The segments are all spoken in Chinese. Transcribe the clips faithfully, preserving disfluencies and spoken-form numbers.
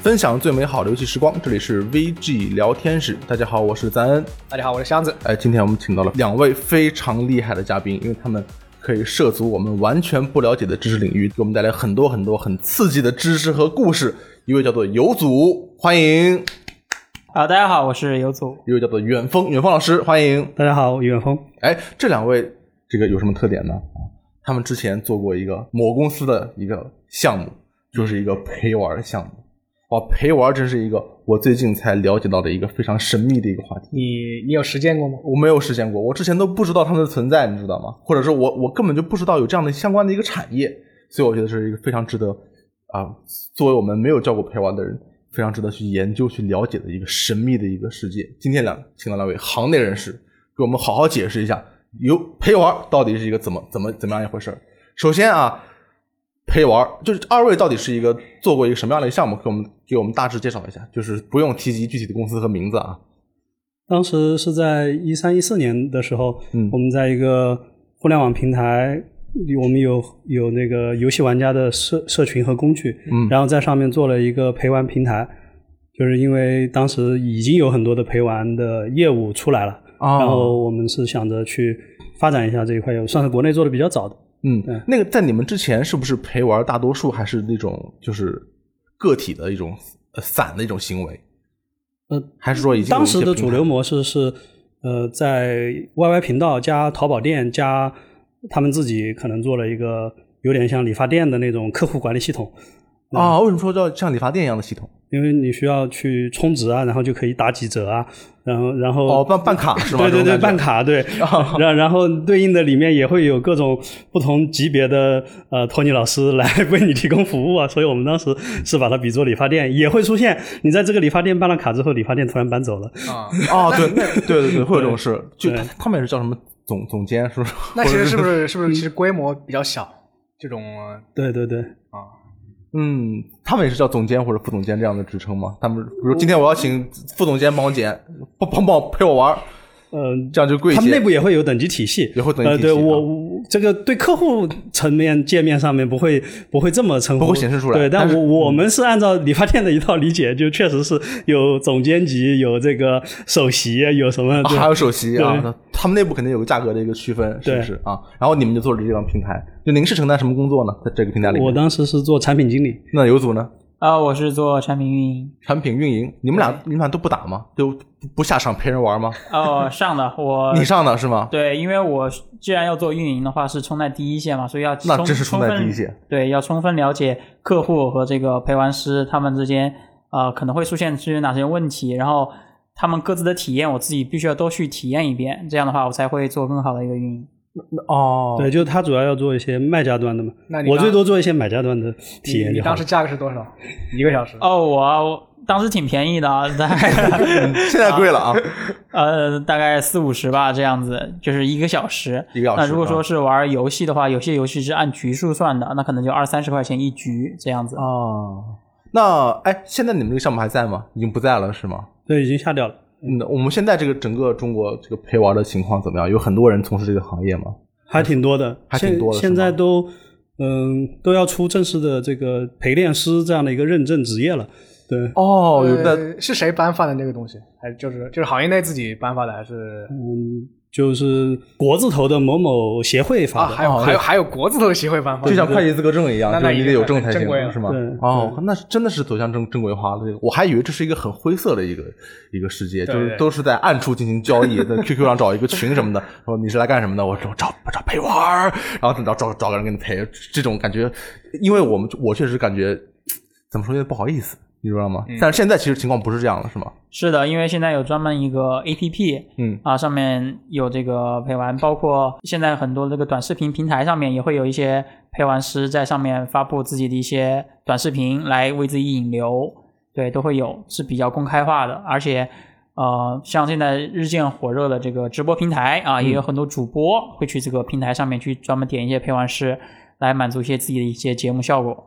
分享最美好的游戏时光，这里是 V G 聊天室。大家好，我是赞恩。 大家好，我是箱子。 哎，今天我们请到了两位非常厉害的嘉宾，因为他们可以涉足我们完全不了解的知识领域，给我们带来很多很多很刺激的知识和故事。一位叫做游祖，欢迎。 好，大家好，我是游祖。 一位叫做远峰，远峰老师，欢迎。 大家好，我远峰。 哎，这两位这个有什么特点呢？他们之前做过一个某公司的一个项目，就是一个陪玩项目。哇，陪玩真是一个我最近才了解到的一个非常神秘的一个话题。 你你有实践过吗？ 我没有实践过，我之前都不知道它们的存在，你知道吗？或者说我我根本就不知道有这样的相关的一个产业，所以我觉得是一个非常值得啊，作为我们没有教过陪玩的人，非常值得去研究去了解的一个神秘的一个世界。今天两请到两位行内人士，给我们好好解释一下，有陪玩到底是一个怎么怎么怎么样一回事。首先啊。陪玩就是二位到底是一个做过一个什么样的一个项目，给我们给我们大致介绍一下，就是不用提及具体的公司和名字啊。 当时是在一三一四年的时候，嗯，我们在一个互联网平台，我们有有那个游戏玩家的社社群和工具，嗯，然后在上面做了一个陪玩平台，就是因为当时已经有很多的陪玩的业务出来了，哦，然后我们是想着去发展一下这一块业务，算是国内做的比较早的。 嗯，那个在你们之前是不是陪玩大多数还是那种就是个体的一种呃散的一种行为？ 呃， 还是说已经当时的主流模式是呃在 Y Y 频道加淘宝店加他们自己可能做了一个有点像理发店的那种客户管理系统。 啊，为什么说叫像理发店一样的系统？ 因为你需要去充值啊，然后就可以打几折啊，然后然后哦办办卡是吗？ 对对对，办卡对，然然后对应的里面也会有各种不同级别的呃托尼老师来为你提供服务啊，所以我们当时是把它比作理发店，也会出现你在这个理发店办了卡之后，理发店突然搬走了啊哦对对对对，会有这种事，就他们也是叫什么总总监是不是？ 那其实是不是是不是其实规模比较小这种？ 对对对啊。 嗯，他们也是叫总监或者副总监这样的职称吗？他们比如今天我要请副总监帮我剪，帮帮帮我陪我玩， 呃， 这样就贵一些。 他们内部也会有等级体系， 也会等级体系。 呃，对我这个对客户层面界面上面不会不会这么称呼， 不会显示出来。 对，但我我们是按照理发店的一套理解，就确实是有总监级，有这个首席，有什么， 啊，还有首席啊。他们内部肯定有个价格的一个区分，是不是啊？然后你们就做了这个平台，就您是承担什么工作呢？在这个平台里面， 我当时是做产品经理。 那游组呢？ 啊，我是做产品运营。 产品运营，你们俩你们俩都不打吗？就不下场陪人玩吗？ 哦，上的我。 你上的是吗？ 对，因为我既然要做运营的话，是冲在第一线嘛，所以要那真是冲在第一线。 对，要充分了解客户和这个陪玩师他们之间呃可能会出现出现哪些问题，然后他们各自的体验，我自己必须要都去体验一遍，这样的话我才会做更好的一个运营。 哦， 对，就他主要要做一些卖家端的嘛，我最多做一些买家端的体验。 你, 你当时价格是多少？一个小时？ 哦，我我当时挺便宜的啊，大概现在贵了啊， 呃，大概四五十吧，这样子，就是一个小时。 一个小时。 那如果说是玩游戏的话，有些游戏是按局数算的，那可能就二三十块钱一局这样子。 哦，那哎，现在你们这个项目还在吗？已经不在了是吗？ 对，已经下掉了。 嗯，我们现在这个整个中国这个陪玩的情况怎么样？有很多人从事这个行业吗？ 还挺多的， 还挺多的。 现在都嗯都要出正式的这个陪练师这样的一个认证职业了。对哦，有的、 呃、是谁颁发的那个东西？还是就是就是行业内自己颁发的，还是嗯？就是国字头的某某协会发的， 啊、还有、哦、还有还有国字头的协会颁发的， 就像会计资格证一样， 那就是你得有证才行，是吗？ 对， 哦，那真的是走向正正规化了。我还以为这是一个很灰色的一个一个世界， 对对就是都是在暗处进行交易，在 Q Q 上找一个群什么的，说你是来干什么的？我找找找陪玩，然后找找找个人给你陪，这种感觉，因为我们我确实感觉怎么说有点不好意思。你知道吗？嗯、但是现在其实情况不是这样了，是吗？ 是的，因为现在有专门一个 A P P， 嗯啊，上面有这个陪玩，包括现在很多这个短视频平台上面也会有一些陪玩师在上面发布自己的一些短视频来为自己引流，对，都会有，是比较公开化的，而且呃，像现在日渐火热的这个直播平台啊，也有很多主播会去这个平台上面去专门点一些陪玩师来满足一些自己的一些节目效果。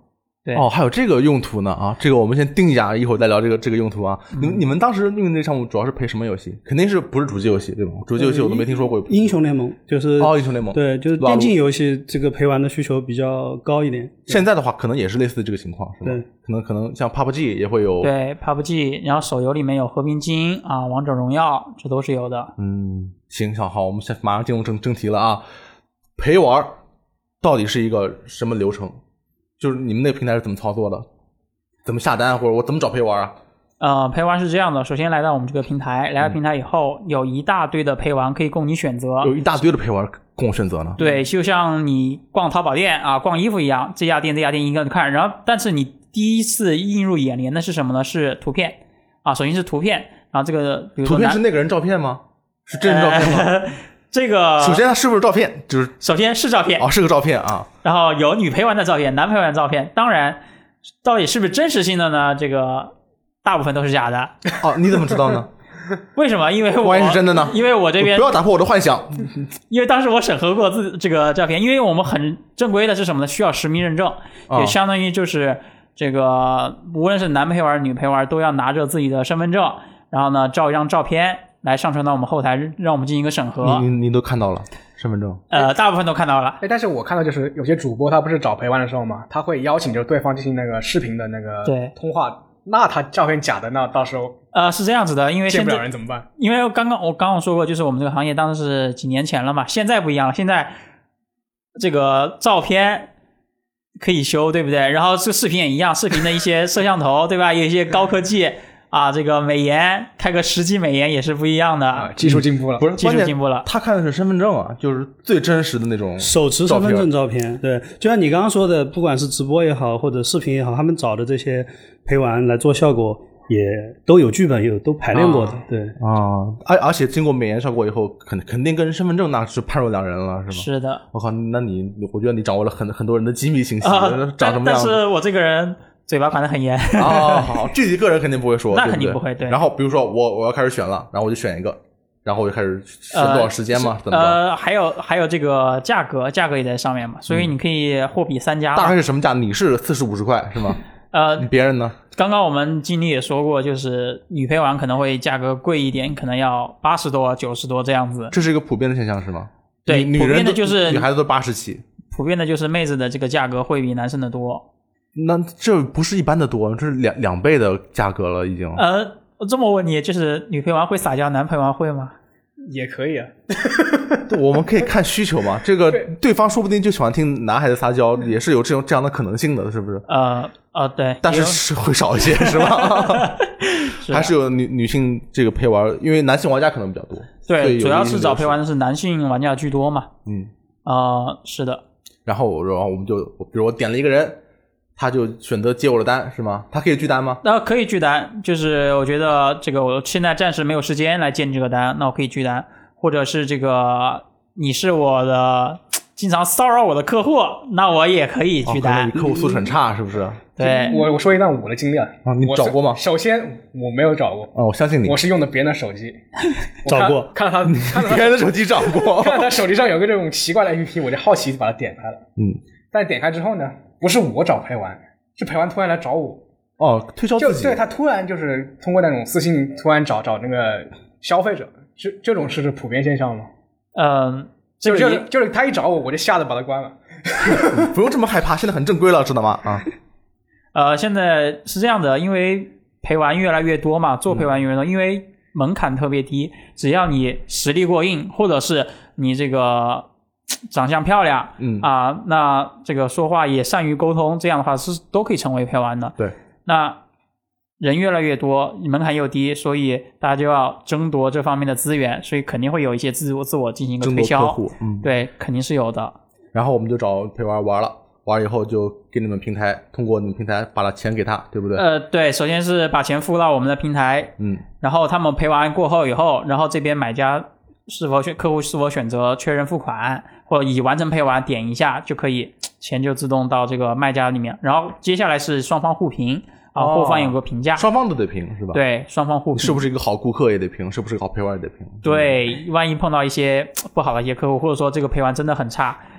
对哦，还有这个用途呢啊！这个我们先定一下，一会儿再聊这个这个用途啊。你们、嗯、你们当时运营这个项目主要是陪什么游戏？肯定是不是主机游戏对吧？主机游戏我都没听说过。 英雄联盟就是哦，英雄联盟对，就是电竞游戏这个陪玩的需求比较高一点。 现在的话，可能也是类似这个情况，是吧？ 对， 可能可能像 P U B G 也会有。 对 ，P U B G， 然后手游里面有和平精英啊、王者荣耀，这都是有的。 嗯，行，好，好，我们先马上进入正正题了啊。陪玩到底是一个什么流程？就是你们那个平台是怎么操作的？怎么下单，或者我怎么找陪玩啊？ 呃，陪玩是这样的，首先来到我们这个平台，来到平台以后，嗯、有一大堆的陪玩可以供你选择。 有一大堆的陪玩供我选择呢？ 对，就像你逛淘宝店啊、逛衣服一样，这家店这家店一个看，然后但是你第一次映入眼帘的是什么呢？是图片啊，首先是图片，然后这个比如说图片是那个人照片吗？是真人照片吗？呃这个首先它是不是照片？就是首先是照片哦，是个照片啊。 然后有女陪玩的照片，男陪玩的照片。当然，到底是不是真实性的呢？这个大部分都是假的。 哦，你怎么知道呢？ 为什么？因为我万一是真的呢？ 因为我这边不要打破我的幻想。 因为当时我审核过自这个照片，因为我们很正规的是什么呢？需要实名认证， 哦、 也相当于就是这个无论是男陪玩、女陪玩，都要拿着自己的身份证，然后呢照一张照片。来上传到我们后台，让我们进行一个审核。 你你都看到了身份证？ 呃，大部分都看到了。 哎，但是我看到就是有些主播他不是找陪玩的时候嘛，他会邀请就是对方进行那个视频的那个通话。那他照片假的，那到时候呃是这样子的，因为见不了人怎么办？ 因为刚刚我刚刚说过，就是我们这个行业当时是几年前了嘛，现在不一样了，现在这个照片可以修，对不对？然后这个视频也一样，视频的一些摄像头，对吧？有一些高科技。啊，这个美颜开个十级美颜也是不一样的， 啊、技术进步了， 不是技术进步了。 他看的是身份证啊，就是最真实的那种手持身份证照片。对，就像你刚刚说的，不管是直播也好，或者视频也好，他们找的这些陪玩来做效果，也都有剧本，有都排练过的。啊、对啊，而而且经过美颜效果以后，肯肯定跟身份证那是判若两人了，是吗？ 是的。 我靠，那你我觉得你掌握了很很多人的机密信息， 啊、 长什么样子？ 但是我这个人。嘴巴管得很严哦，好，具体个人肯定不会说， 那肯定不会。对。 然后比如说我我要开始选了，然后我就选一个，然后我就开始选多少时间嘛？ 呃怎么着？ 呃，还有还有这个价格，价格也在上面嘛，所以你可以货比三家。 大概是什么价？你是四十五十块是吗？ 呃， 别人呢？ 刚刚我们经理也说过，就是女陪玩可能会价格贵一点，可能要八十多、九十多这样子。 这是一个普遍的现象是吗？ 对， 女普遍的就是女孩子都八十起， 普遍的就是妹子的这个价格会比男生的多。 那这不是一般的多，这是两两倍的价格了已经。 呃，这么问你，就是女陪玩会撒娇，男陪玩会吗？ 也可以啊。 我们可以看需求嘛，这个对方说不定就喜欢听男孩子撒娇，也是有这种这样的可能性的，是不是？ 呃呃，对。 但是是会少一些，是吧？是还是有女女性这个陪玩，因为男性玩家可能比较多。 对，主要是找陪玩的是男性玩家居多嘛。 嗯。 啊、呃，是的。 然后，然后我们就，比如我点了一个人。他就选择接我的单是吗？他可以拒单吗？ 那、呃、可以拒单，就是我觉得这个我现在暂时没有时间来接你这个单，那我可以拒单，或者是这个你是我的经常骚扰我的客户，那我也可以拒单。 哦、你客户素质很差是不是？ 对， 我我说一段我的经历啊。 啊，你找过吗？ 首先我没有找过。 哦，我相信你。 我是用的别人的手机。 找过， 看到他，看到他别人的手机找过， 看到他手机上有个这种奇怪的 A P P， 我就好奇把它点开了。 嗯。 但点开之后呢，不是我找陪玩，是陪玩突然来找我。 哦，推销自己。 就对，他突然就是通过那种私信突然找找那个消费者，这这种是普遍现象吗？ 嗯， 就就是就是他一找我，我就吓得把他关了。 不用这么害怕，现在很正规了，知道吗？啊。 呃，现在是这样的，因为陪玩越来越多嘛，做陪玩越来越多，嗯、因为门槛特别低，只要你实力过硬，或者是你这个长相漂亮， 嗯啊，那这个说话也善于沟通，这样的话是都可以成为陪玩的。 对， 那人越来越多，门槛又低，所以大家就要争夺这方面的资源，所以肯定会有一些自我自我进行一个推销， 争夺客户，嗯， 对，肯定是有的。 然后我们就找陪玩玩了。玩以后就给你们平台，通过你们平台把了钱给他，对不对？ 呃，对，首先是把钱付到我们的平台， 嗯， 然后他们陪完过后以后，然后这边买家是否选客户是否选择确认付款，或者已完成陪完点一下就可以，钱就自动到这个卖家里面，然后接下来是双方互评啊，后方有个评价， 双方都得评是吧？ 对，双方互评， 是不是一个好顾客也得评，是不是个好陪玩也得评？ 对，万一碰到一些不好的一些客户，或者说这个陪玩真的很差。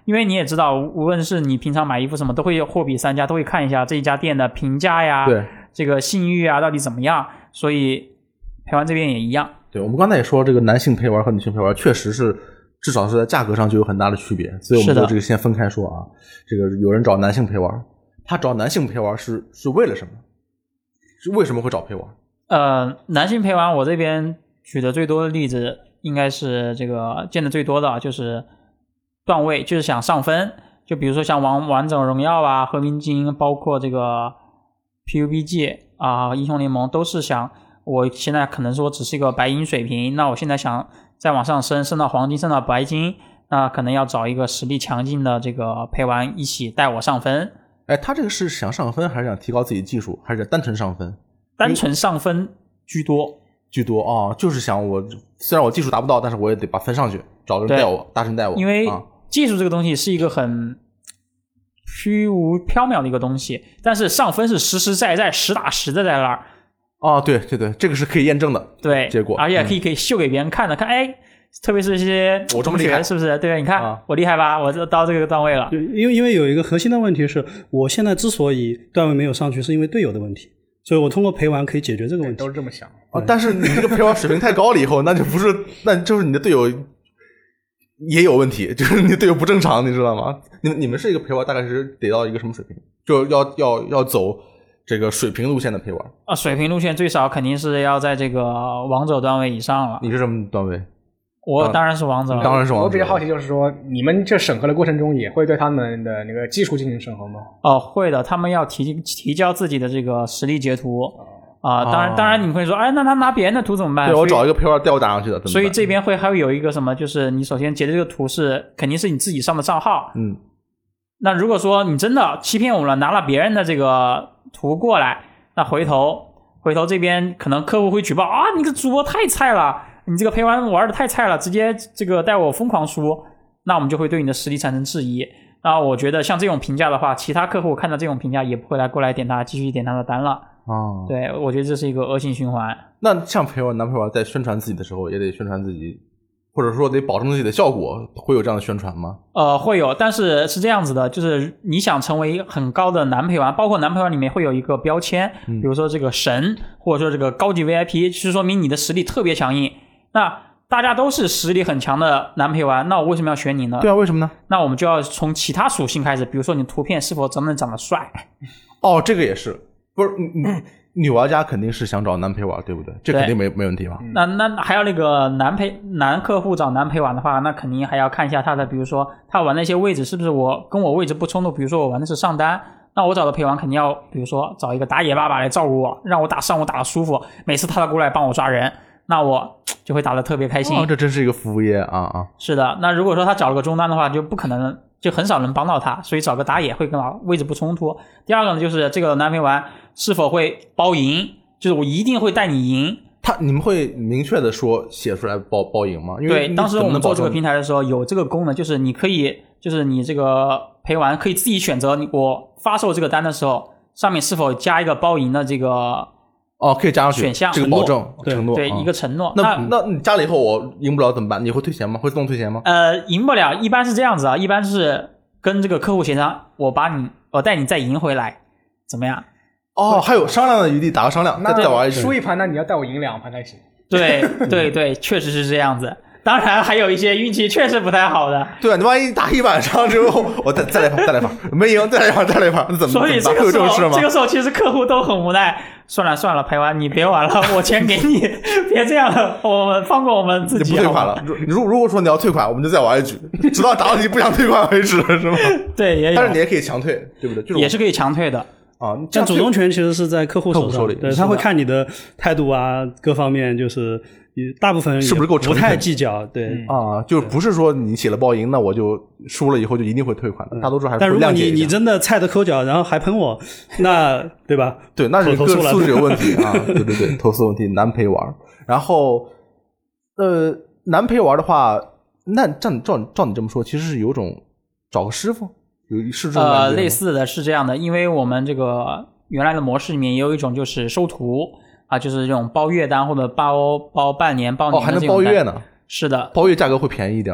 因为你也知道，无论是你平常买衣服什么，都会货比三家，都会看一下这一家店的评价呀， 对， 这个信誉啊到底怎么样，所以陪玩这边也一样。 对，我们刚才也说，这个男性陪玩和女性陪玩确实是至少是在价格上就有很大的区别，所以我们就这个先分开说啊。这个有人找男性陪玩，他找男性陪玩是是为了什么？是为什么会找陪玩？ 呃，男性陪玩我这边举的最多的例子，应该是这个见的最多的就是段位，就是想上分。就比如说像王王者荣耀啊、和平精英，包括这个 P U B G 啊、英雄联盟，都是想我现在可能说只是一个白银水平，那我现在想再往上升，升到黄金，升到白金，那可能要找一个实力强劲的这个陪玩一起带我上分。 哎，他这个是想上分，还是想提高自己技术，还是单纯上分？ 单纯上分居多， 居多啊、哦，就是想我虽然我技术达不到，但是我也得把分上去，找个人带我，大神带我。 因为啊技术这个东西是一个很虚无缥缈的一个东西，但是上分是实实在在、实打实的在那儿。 哦，对对对，这个是可以验证的。 对， 结果而且可以可以秀给别人看的，嗯、看哎。特别是一些我这么厉害， 是不是？对，你看、啊、我厉害吧？我到这个段位了。 对，因为因为有一个核心的问题是，我现在之所以段位没有上去，是因为队友的问题，所以我通过陪玩可以解决这个问题。 都是这么想啊，但是你这个陪玩水平太高了以后，那就不是，那就是你的队友也有问题，就是你队友不正常，你知道吗？你们你们是一个陪玩，大概是得到一个什么水平？就要要要走这个水平路线的陪玩啊，水平路线最少肯定是要在这个王者段位以上了。 你是什么段位？ 我当然是王者了， 当然是王者。 我比较好奇，就是说你们这审核的过程中也会对他们的那个技术进行审核吗？ 哦，会的，他们要提提交自己的这个实力截图啊、呃。当然，当然你会说，哎，那他拿别人的图怎么办？ 对，我找一个陪玩带我打上去的。 所以这边会还会有一个什么，就是你首先截的这个图是肯定是你自己上的账号， 嗯。 那如果说你真的欺骗我了，拿了别人的这个图过来，那回头回头这边可能客户会举报啊，你这主播太菜了。你这个陪玩玩的太菜了，直接这个带我疯狂输，那我们就会对你的实力产生质疑。那我觉得像这种评价的话，其他客户看到这种评价也不会来过来点他，继续点他的单了。哦，对，我觉得这是一个恶性循环。 那像陪玩男陪玩在宣传自己的时候，也得宣传自己，或者说得保证自己的效果，会有这样的宣传吗？ 呃，会有，但是是这样子的，就是你想成为很高的男陪玩，包括男陪玩里面会有一个标签， 嗯、 比如说这个神，或者说这个高级 V I P， 是说明你的实力特别强硬。那大家都是实力很强的男陪玩，那我为什么要选你呢？ 对啊，为什么呢？ 那我们就要从其他属性开始，比如说你图片是否真的长得帅。 哦，这个也是，不是女女玩家肯定是想找男陪玩，对不对？这肯定没没问题吧？ 那那还有那个男陪男客户找男陪玩的话，那肯定还要看一下他的，比如说他玩那些位置是不是我跟我位置不冲突，比如说我玩的是上单。那我找的陪玩肯定要，比如说找一个打野爸爸来照顾我，让我打上午打得舒服，每次他都过来帮我抓人。那我就会打得特别开心。 哦，这真是一个服务业啊啊！ 是的，那如果说他找了个中单的话，就不可能，就很少能帮到他，所以找个打野会跟位置不冲突。第二个呢，就是这个男陪玩是否会包赢，就是我一定会带你赢。 他你们会明确的说写出来包包赢吗？因为对，当时我们做这个平台的时候有这个功能，就是你可以，就是你这个陪玩可以自己选择，我发售这个单的时候，上面是否加一个包赢的这个。 哦，可以加上去选项， 这个保证承诺， 对， 啊、 一个承诺。 那那你加了以后我赢不了怎么办？你会退钱吗？会自动退钱吗？ 呃，赢不了，一般是这样子啊，一般是跟这个客户协商，我把你，我带你再赢回来，怎么样？ 哦，还有商量的余地，打个商量，再再玩一局。 输一盘，那你要带我赢两盘才行。 对对对，确实是这样子。当然还有一些运气确实不太好的。 对啊，你万一打一晚上之后，我再再来一盘，再来一盘，没赢，再来一盘，再来一盘，那怎么？ 所以这个时候， 这, 这个时候其实客户都很无奈。算了算了，陪玩你别玩了，我钱给你，别这样了，我们放过我们自己。 你不退款了？如如果说你要退款，我们就再玩一局，直到打到你不想退款为止，是吗？ 对，也有。 但是你也可以强退，对不对？ 也是可以强退的。 啊， 但主动权其实是在客户手上， 里， 对，他会看你的态度啊，各方面就是大部分人是不是够不太计较，对、 嗯、啊，就不是说你写了包赢，那我就输了以后就一定会退款的，大多数还是但如果你你真的菜的抠脚，然后还喷我，那对吧？ 对，那是个素质有问题啊，对对对，投诉问题，难陪玩。然后呃，难陪玩的话，那照照照你这么说，其实是有种找个师傅。有是这种呃，类似的是这样的，因为我们这个原来的模式里面也有一种就是收徒啊，就是这种包月单或者包包半年、包年的这种单。 哦，还能包月呢？ 是的， 包月价格会便宜一点吗？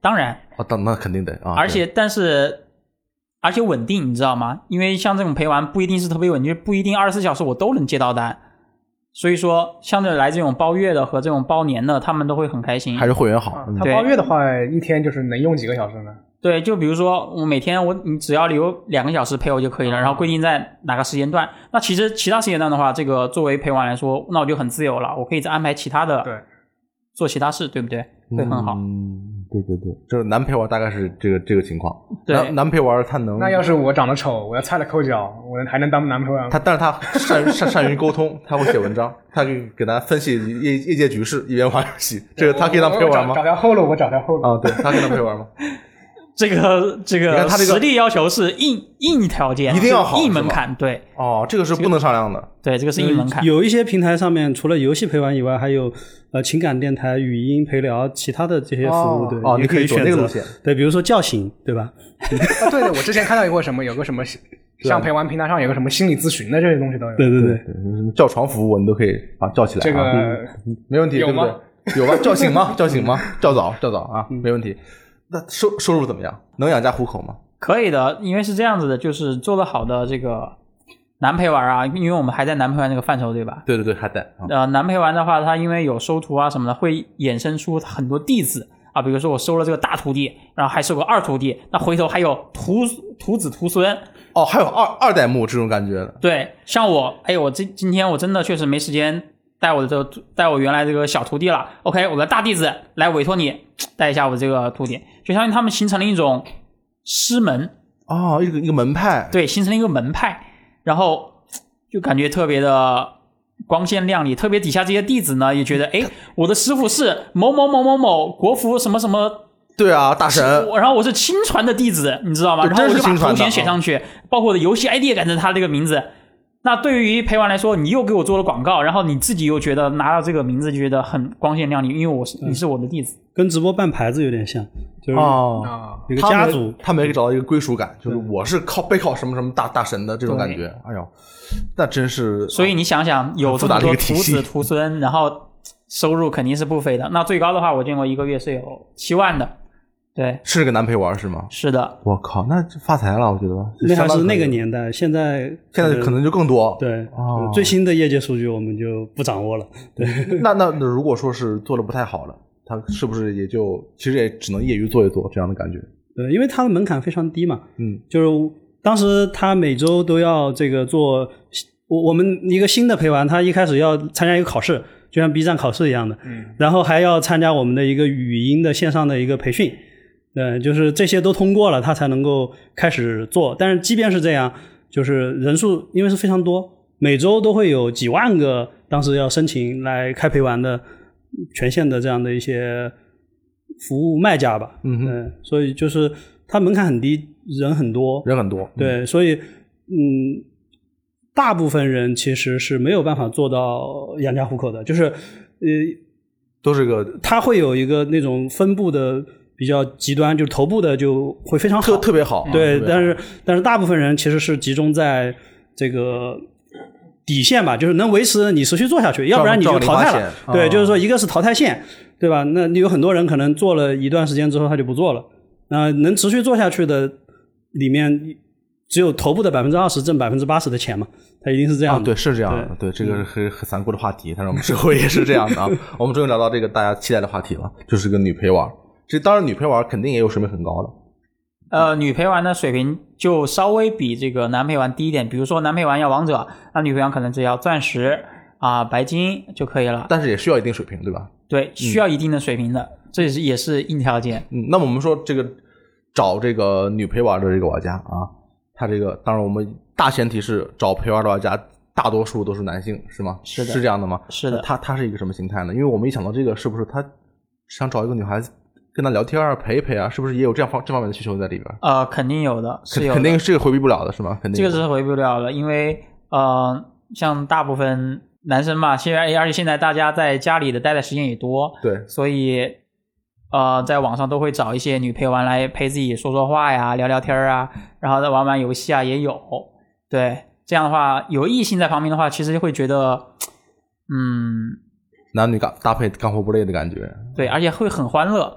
当然哦，当那肯定得啊， 而且但是而且稳定，你知道吗？因为像这种陪玩不一定是特别稳定，不一定二十四小时我都能接到单，所以说相对来这种包月的和这种包年的他们都会很开心。 还是会员好、 啊、他包月的话一天就是能用几个小时呢？ 对，就比如说我每天我你只要留两个小时陪我就可以了，然后规定在哪个时间段。那其实其他时间段的话，这个作为陪玩来说，那我就很自由了，我可以再安排其他的， 对， 做其他事，对不对？会很好。 嗯，对对对，这男陪玩大概是这个这个情况。 对， 男男陪玩他能， 那要是我长得丑，我要菜了抠脚，我还能当男陪玩？ 他但是他善善善于沟通，他会写文章，他可以给大家分析业业界局势，一边玩游戏。这个他可以当陪玩吗？ 找条后路，我找条后路啊，对，他可以当陪玩吗？ 这个这个实力要求是硬硬条件， 一定要好， 硬门槛，对。 哦，这个是不能商量的。 对，这个是硬门槛。 有一些平台上面除了游戏陪玩以外，还有呃情感电台、语音陪聊，其他的这些服务， 哦、 对， 哦， 你可以选择那个路线。 对，比如说叫醒，对吧？ 啊，对的，我之前看到过什么，有个什么像陪玩平台上有个什么心理咨询的这些东西都有。 对对对， 对叫床服务你都可以把叫起来、啊。 这个、 嗯、没问题， 有吗？ 对不对？有吧？叫醒吗？叫醒吗？叫早，叫早啊，没问题。那收收入怎么样？能养家糊口吗？ 可以的，因为是这样子的，就是做得好的这个男陪玩啊，因为我们还在男陪玩这个范畴，对吧？ 对对对，还在。 啊、呃，男陪玩的话，它因为有收徒啊什么的，会衍生出很多弟子啊，比如说我收了这个大徒弟，然后还收个二徒弟，那回头还有徒徒子徒孙。 哦，还有二二代目这种感觉的。 对，像我，哎，我今今天我真的确实没时间带我的这个带我原来这个小徒弟了。OK， 我的大弟子来委托你带一下我这个徒弟，就相当于他们形成了一种师门。 哦，一个一个门派。 对，形成了一个门派，然后就感觉特别的光鲜亮丽，特别底下这些弟子呢也觉得，哎，我的师傅是某某某某某国服什么什么。 对啊，大神。 然后我是亲传的弟子，你知道吗？然后我就把头衔写上去，包括我的游戏 I D 也改成他这个名字。那对于陪玩来说，你又给我做了广告，然后你自己又觉得拿到这个名字就觉得很光鲜亮丽，因为我是、嗯、你是我的弟子， 跟直播办牌子有点像，就是哦， 一个家族， 他没给找到一个归属感，就是我是靠背靠什么什么大大神的这种感觉。哎呦，那真是。 所以你想想，有这么多徒子徒孙，然后收入肯定是不菲的。那最高的话，我见过一个月是有七万的。对， 是个男陪玩是吗？ 是的。 我靠，那发财了，我觉得。 那还是那个年代，现在现在可能就更多。 对， 哦、 最新的业界数据我们就不掌握了。对， 那那那如果说是做的不太好了，他是不是也就其实也只能业余做一做这样的感觉？ 对，因为他的门槛非常低嘛。 嗯， 就是当时他每周都要这个做，我我们一个新的陪玩，他一开始要参加一个考试，就像 B 站考试一样的。嗯，然后还要参加我们的一个语音的线上的一个培训。对，就是这些都通过了，他才能够开始做。但是即便是这样，就是人数因为是非常多，每周都会有几万个当时要申请来开陪玩的权限的这样的一些服务卖家吧。 嗯哼， 对，所以就是它门槛很低，人很多， 人很多。嗯、 对，所以嗯，大部分人其实是没有办法做到养家糊口的，就是呃， 都是个它会有一个那种分布的。比较极端，就是头部的就会非常好， 特特别好。 对， 嗯、 但是但是大部分人其实是集中在这个底线吧，就是能维持你持续做下去，要不然你就淘汰了。对， 哦、 就是说一个是淘汰线，对吧？那你有很多人可能做了一段时间之后他就不做了。那能持续做下去的里面，只有头部的百分之二十挣百分之八十的钱嘛，它一定是这样的。 啊、对，是这样的。对，对这个是很很残酷的话题，但是我们社会也是这样的啊。我们终于聊到这个大家期待的话题了，就是个女陪玩。这当然女陪玩肯定也有水平很高的。 呃，女陪玩的水平就稍微比这个男陪玩低一点，比如说男陪玩要王者，那女陪玩可能只要钻石啊、呃、白金就可以了。 但是也需要一定水平，对吧？ 对，需要一定的水平的，嗯、这也是也是硬条件。 嗯，那么我们说这个找这个女陪玩的这个玩家啊，他这个当然我们大前提是找陪玩的玩家大多数都是男性，是吗？ 是的， 是这样的吗？ 是的。 他他是一个什么心态呢？因为我们一想到这个，是不是他想找一个女孩子跟他聊天啊，陪一陪啊，是不是也有这样方这方面的需求在里边？ 呃，肯定有的，是有的， 肯定这个回避不了的，是吗？肯定这个是回避不了的，因为呃，像大部分男生嘛，现在而且现在大家在家里的待的时间也多， 对， 所以呃，在网上都会找一些女陪玩来陪自己说说话呀、聊聊天啊，然后再玩玩游戏啊，也有。对，这样的话，有异性在旁边的话，其实就会觉得，嗯， 男女搭配干活不累的感觉。 对，而且会很欢乐。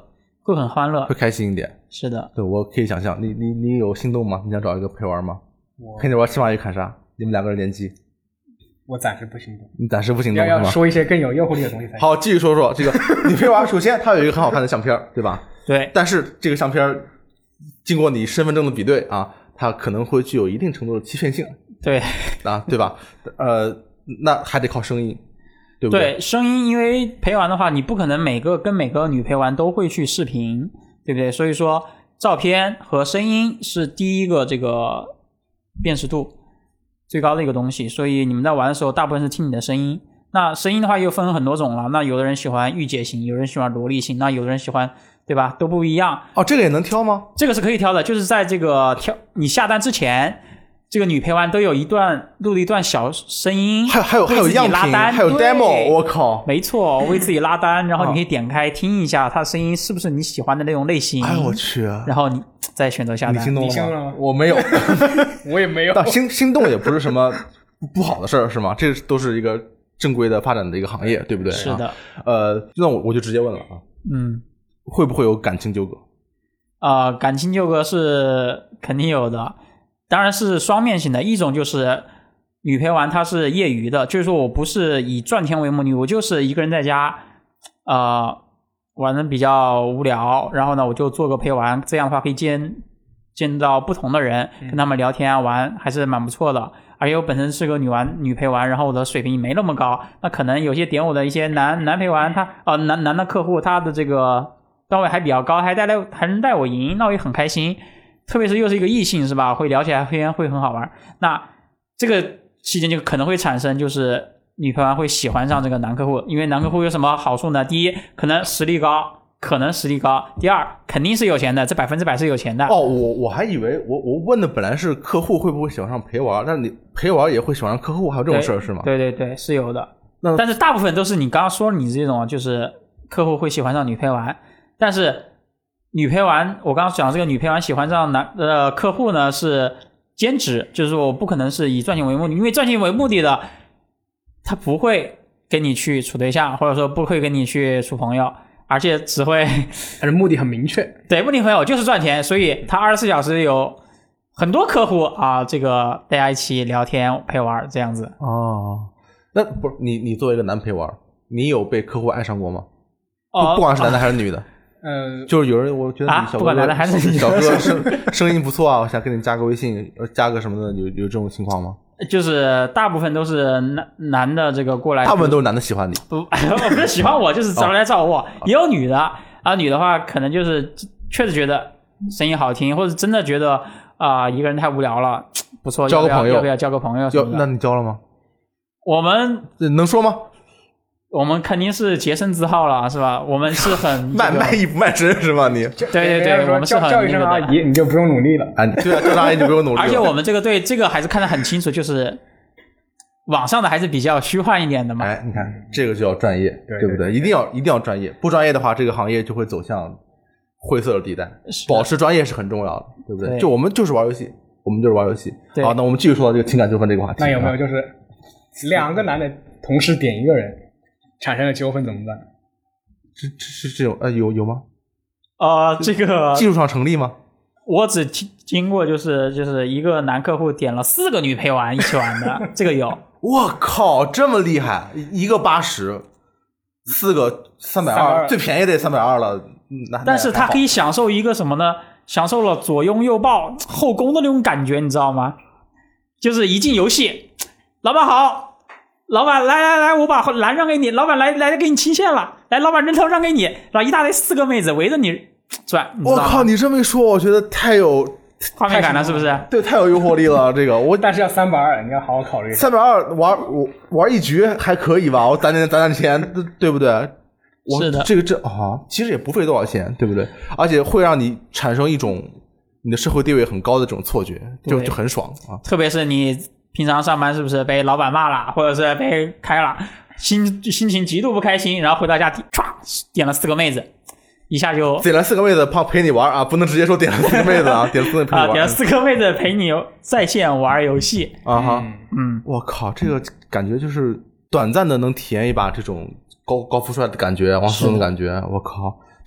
会很欢乐， 会开心一点。 是的， 对，我可以想象。你你你有心动吗？你想找一个陪玩吗？陪你玩骑马与砍杀，你们两个人联机。 我暂时不心动。 你暂时不心动要要说一些更有诱惑力的东西才行。 好，继续说说这个女陪玩。首先，它有一个很好看的相片，对吧？ 对。 但是这个相片经过你身份证的比对啊，它可能会具有一定程度的欺骗性。 对。 啊，对吧？呃，那还得靠声音。对不对？ 对，声音，因为陪玩的话，你不可能每个跟每个女陪玩都会去视频，对不对？所以说，照片和声音是第一个这个辨识度最高的一个东西。所以你们在玩的时候，大部分是听你的声音。那声音的话又分很多种了。那有的人喜欢御姐型，有人喜欢萝莉型，那有的人喜欢，对吧？都不一样。 哦，这个也能挑吗？ 这个是可以挑的，就是在这个挑你下单之前。这个女陪玩都有一段录了一段小声音， 还有还有还有样品，还有 demo， 我靠， 没错，为自己拉单，然后你可以点开听一下，它声音是不是你喜欢的那种类型？ 哎我去， 然后你再选择下单。 你心动了吗？ 你心动了吗？ 我没有， 我也没有。 但心心动也不是什么不好的事儿，是吗？这都是一个正规的发展的一个行业，对不对？ 是的。 啊、呃，那我我就直接问了啊， 嗯， 会不会有感情纠葛？ 啊、呃，感情纠葛是肯定有的。当然是双面性的，一种就是女陪玩她是业余的，就是说我不是以赚钱为目的，我就是一个人在家呃玩的比较无聊，然后呢我就做个陪玩，这样的话可以见见到不同的人，跟他们聊天啊玩还是蛮不错的。而且我本身是个女玩女陪玩，然后我的水平没那么高，那可能有些点我的一些男男陪玩他呃男男的客户他的这个段位还比较高，还带来还能带我赢，那我也很开心。特别是又是一个异性是吧，会聊起来会会很好玩。那这个期间就可能会产生就是女陪玩会喜欢上这个男客户，因为男客户有什么好处呢？第一，可能实力高，可能实力高；第二，肯定是有钱的，这百分之百是有钱的。 哦，我我还以为我我问的本来是客户会不会喜欢上陪玩，但你陪玩也会喜欢上客户，还有这种事儿是吗？ 对对对，是有的。但是大部分都是你刚刚说你这种，就是客户会喜欢上女陪玩，但是。女陪玩，我刚刚讲这个女陪玩喜欢上男呃客户呢是兼职，就是说我不可能是以赚钱为目的，因为赚钱为目的的，他不会跟你去处对象，或者说不会跟你去处朋友，而且只会， 但是目的很明确， 对，目的很有就是赚钱，所以他二十四小时有很多客户啊，这个大家一起聊天陪玩这样子。 哦，那不是你你作为一个男陪玩，你有被客户爱上过吗？ 哦， 不管是男的还是女的。 哦呃， 就是有人，我觉得啊， 小不管男的还是女的， 小哥声声音不错啊，我想跟你加个微信，加个什么的，有有这种情况吗？ 就是大部分都是男男的这个过来， 大部分都是男的喜欢你， 不不是喜欢我，就是找来找我，也有女的啊，女的话可能就是确实觉得声音好听，或者真的觉得啊、呃、一个人太无聊了，不错， 交个朋友， 要不要交个朋友？ 要，那你交了吗？ 我们能说吗？ 我们肯定是洁身自好了，是吧？我们是很卖卖艺不卖身是吗？你对对对，我们是很叫一声阿姨，你就不用努力了。 啊，对啊，叫声阿姨就不用努力了。 而且我们这个对这个还是看得很清楚，就是网上的还是比较虚幻一点的嘛。 哎，你看这个就要专业， 对, 对不对？一定要一定要专业，不专业的话，这个行业就会走向灰色的地带。保持专业是很重要的，对不对？ 对就我们就是玩游戏，我们就是玩游戏。 对好，那我们继续说到这个情感纠纷这个话题。 那有没有就是两个男的同时点一个人？产生了纠纷怎么办？ 这这是这种呃有有吗？ 呃，这个技术上成立吗？ 我只听经过就是就是一个男客户点了四个女陪玩一起玩的，这个有。 我靠，这么厉害！一个八十，四个三百二，最便宜得三百二了。 但是他可以享受一个什么呢？享受了左拥右抱后宫的那种感觉，你知道吗？就是一进游戏，老板好。老板来来来，我把蓝让给你，老板来来给你清线了，来老板人头让给你，然后一大堆四个妹子围着你转。 我靠，你这么一说，我觉得太有画面感了，是不是？ 对，太有诱惑力了。这个我， 但是要三百二，你要好好考虑。 三百二玩我玩一局还可以吧？我攒点攒点钱，对不对？我是的， 这个这啊，其实也不费多少钱，对不对？而且会让你产生一种你的社会地位很高的这种错觉，就就很爽啊。 特别是你。平常上班是不是被老板骂了，或者是被开了，心心情极度不开心，然后回到家唰点了四个妹子，一下就点了四个妹子陪陪你玩啊，不能直接说点了四个妹子啊，点了四个陪你玩， 啊，点了四个妹子陪你在线玩游戏啊哈， 嗯， 我靠，这个感觉就是短暂的能体验一把这种高高富帅的感觉，王思聪的感觉，我靠，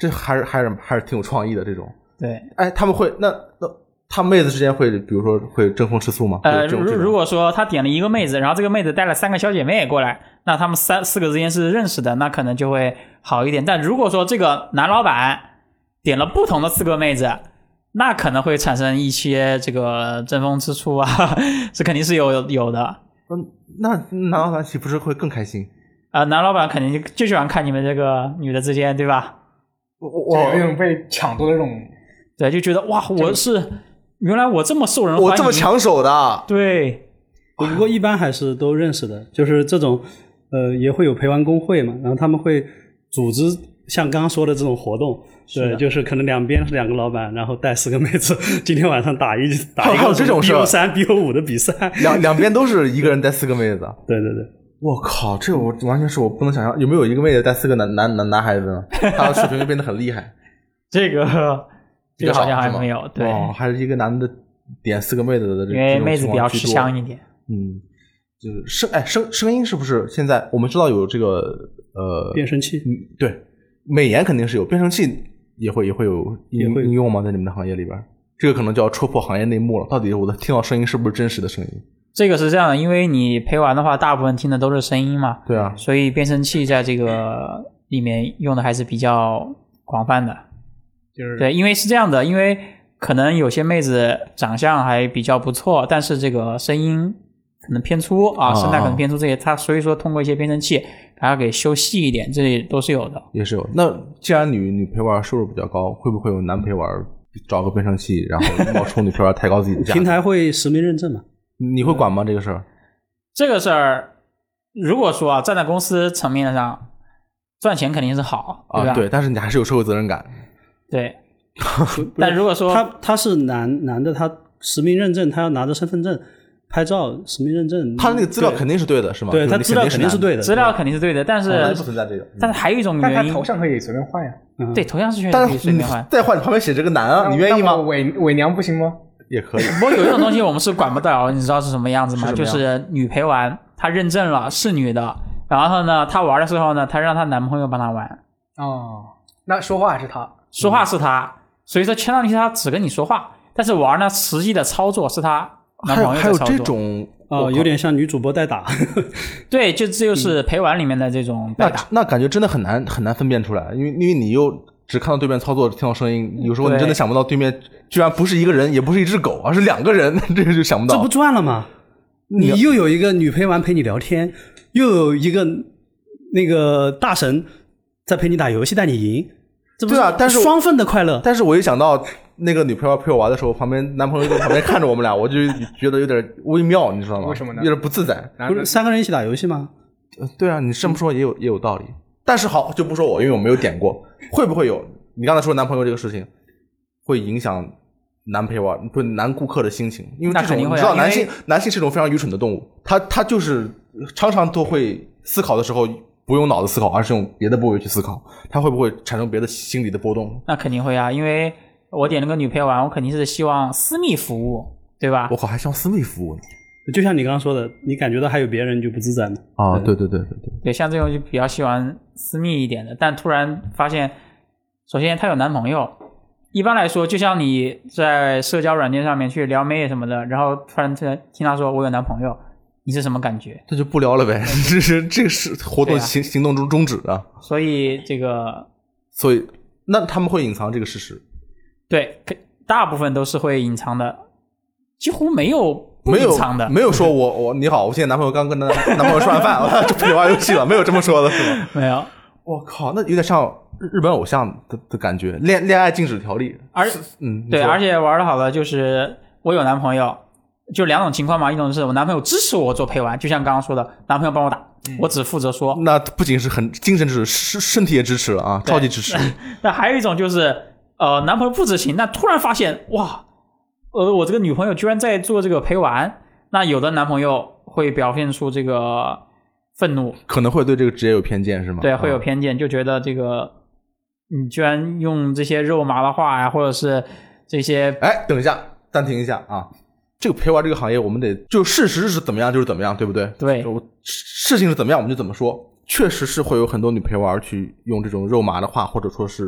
这还是还是还是挺有创意的这种。 对， 哎，他们会那那他妹子之间会比如说会争风吃醋吗？ 呃，如如果说他点了一个妹子，然后这个妹子带了三个小姐妹过来，那他们三四个之间是认识的，那可能就会好一点。但如果说这个男老板点了不同的四个妹子，那可能会产生一些这个争风吃醋啊，这肯定是有有的。 嗯，那男老板岂不是会更开心？ 啊、呃，男老板肯定就喜欢看你们这个女的之间，对吧？ 我我有一种被抢夺的这种， 对，就觉得哇，我是原来我这么受人欢迎， 我这么抢手的， 对。 不过一般还是都认识的，就是这种呃也会有陪玩工会嘛，然后他们会组织像刚刚说的这种活动，对，就是可能两边是两个老板，然后带四个妹子，今天晚上打一打一个这种 B O 三 B O 五的比赛， 两两边都是一个人带四个妹子， 对对对。 我靠，这我完全是我不能想象，有没有一个妹子带四个男男男男孩子呢？他的水平就变得很厉害。 这个这个好像还没有，对、 哦，还是一个男的点四个妹子的这， 因为妹子比较吃香一点。 嗯，就是声哎声声音是不是现在我们知道有这个呃变声器？ 嗯，对，美颜肯定是有，变声器也会也会有也会应用吗？在你们的行业里边，这个可能就要戳破行业内幕了。到底我的听到声音是不是真实的声音？ 这个是这样的，因为你陪玩的话，大部分听的都是声音嘛， 对啊， 所以变声器在这个里面用的还是比较广泛的， 就是对，因为是这样的，因为可能有些妹子长相还比较不错，但是这个声音可能偏粗啊，声带可能偏粗，这些它所以说通过一些变声器把它给修细一点，这都是有的， 也是有。那既然女女陪玩收入比较高，会不会有男陪玩找个变声器，然后冒充女陪玩抬高自己的价格？ 平台会实名认证吗？ 你会管吗？这个事儿？ 这个事儿，如果说啊，站在公司层面上赚钱肯定是好，对吧？ 啊，对，但是你还是有社会责任感。 对，但如果说他他是男男的，他实名认证，他要拿着身份证拍照实名认证， 他那个资料肯定是对的，是吗？ 对，他资料肯定是对的， 资料肯定是对的，但是那就不存在这个。 但是还有一种原因， 但他头像可以随便换呀。 对，头像是可以随便换， 再换你旁边写这个男啊，你愿意吗？ 伪伪娘不行吗？ 也可以。 不过有一种东西我们是管不到，你知道是什么样子吗？是就是女陪玩，她认证了是女的，然后呢，她玩的时候呢，她让她男朋友帮她玩。 哦，那说话还是她？ 说话是她，所以说相当于她只跟你说话，但是玩呢，实际的操作是她男朋友在操作。 还有这种哦，有点像女主播代打。 对，就这就是陪玩里面的这种代打。 那那感觉真的很难很难分辨出来，因为因为你又只看到对面操作，听到声音，有时候你真的想不到对面居然不是一个人，也不是一只狗，而是两个人，这个就想不到。 这不赚了吗？你又有一个女陪玩陪你聊天，又有一个那个大神在陪你打游戏带你赢，这不是对啊，但是双份的快乐。 但是我一想到那个女陪玩陪我玩的时候，旁边男朋友在旁边看着我们俩，我就觉得有点微妙，你知道吗？ 为什么呢？ 有点不自在。 不是三个人一起打游戏吗？ 呃、对啊，你这么说也有也有道理。但是好，就不说我，因为我没有点过，会不会有？你刚才说男朋友这个事情，会影响男陪玩不男顾客的心情？因为这种、啊、你知道，男性男性是一种非常愚蠢的动物，他他就是常常都会思考的时候不用脑子思考，而是用别的部位去思考，他会不会产生别的心理的波动？ 那肯定会啊，因为我点了个女陪玩，我肯定是希望私密服务，对吧？ 我靠，还希望私密服务呢？ 就像你刚刚说的，你感觉到还有别人就不自在吗？ 啊，对对对对对， 对，像这种就比较喜欢私密一点的，但突然发现，首先她有男朋友，一般来说，就像你在社交软件上面去撩妹什么的，然后突然听她说我有男朋友，你是什么感觉？ 这就不聊了呗，这是这个是活动行、啊、行动中终止啊。 所以这个， 所以那他们会隐藏这个事实？ 对，大部分都是会隐藏的，几乎没有。 没有的没有说我我你好，我现在男朋友刚跟男男朋友吃完饭，我就陪玩游戏了，没有这么说的是吗？ 没有。 我靠，那有点像日本偶像的的感觉，恋恋爱禁止条例。 而嗯，对，而且玩的好的就是我有男朋友，就两种情况嘛，一种是我男朋友支持我做陪玩，就像刚刚说的，男朋友帮我打，嗯、我只负责说。 那不仅是很精神支持，身体也支持了啊，超级支持。 那还有一种就是呃，男朋友不知情，但突然发现哇。呃，我这个女朋友居然在做这个陪玩，那有的男朋友会表现出这个愤怒， 可能会对这个职业有偏见，是吗？ 对，会有偏见，就觉得这个你居然用这些肉麻的话呀，或者是这些…… 哎，等一下，暂停一下啊！这个陪玩这个行业，我们得就事实是怎么样就是怎么样，对不对？ 对， 事情是怎么样我们就怎么说。确实是会有很多女陪玩去用这种肉麻的话，或者说是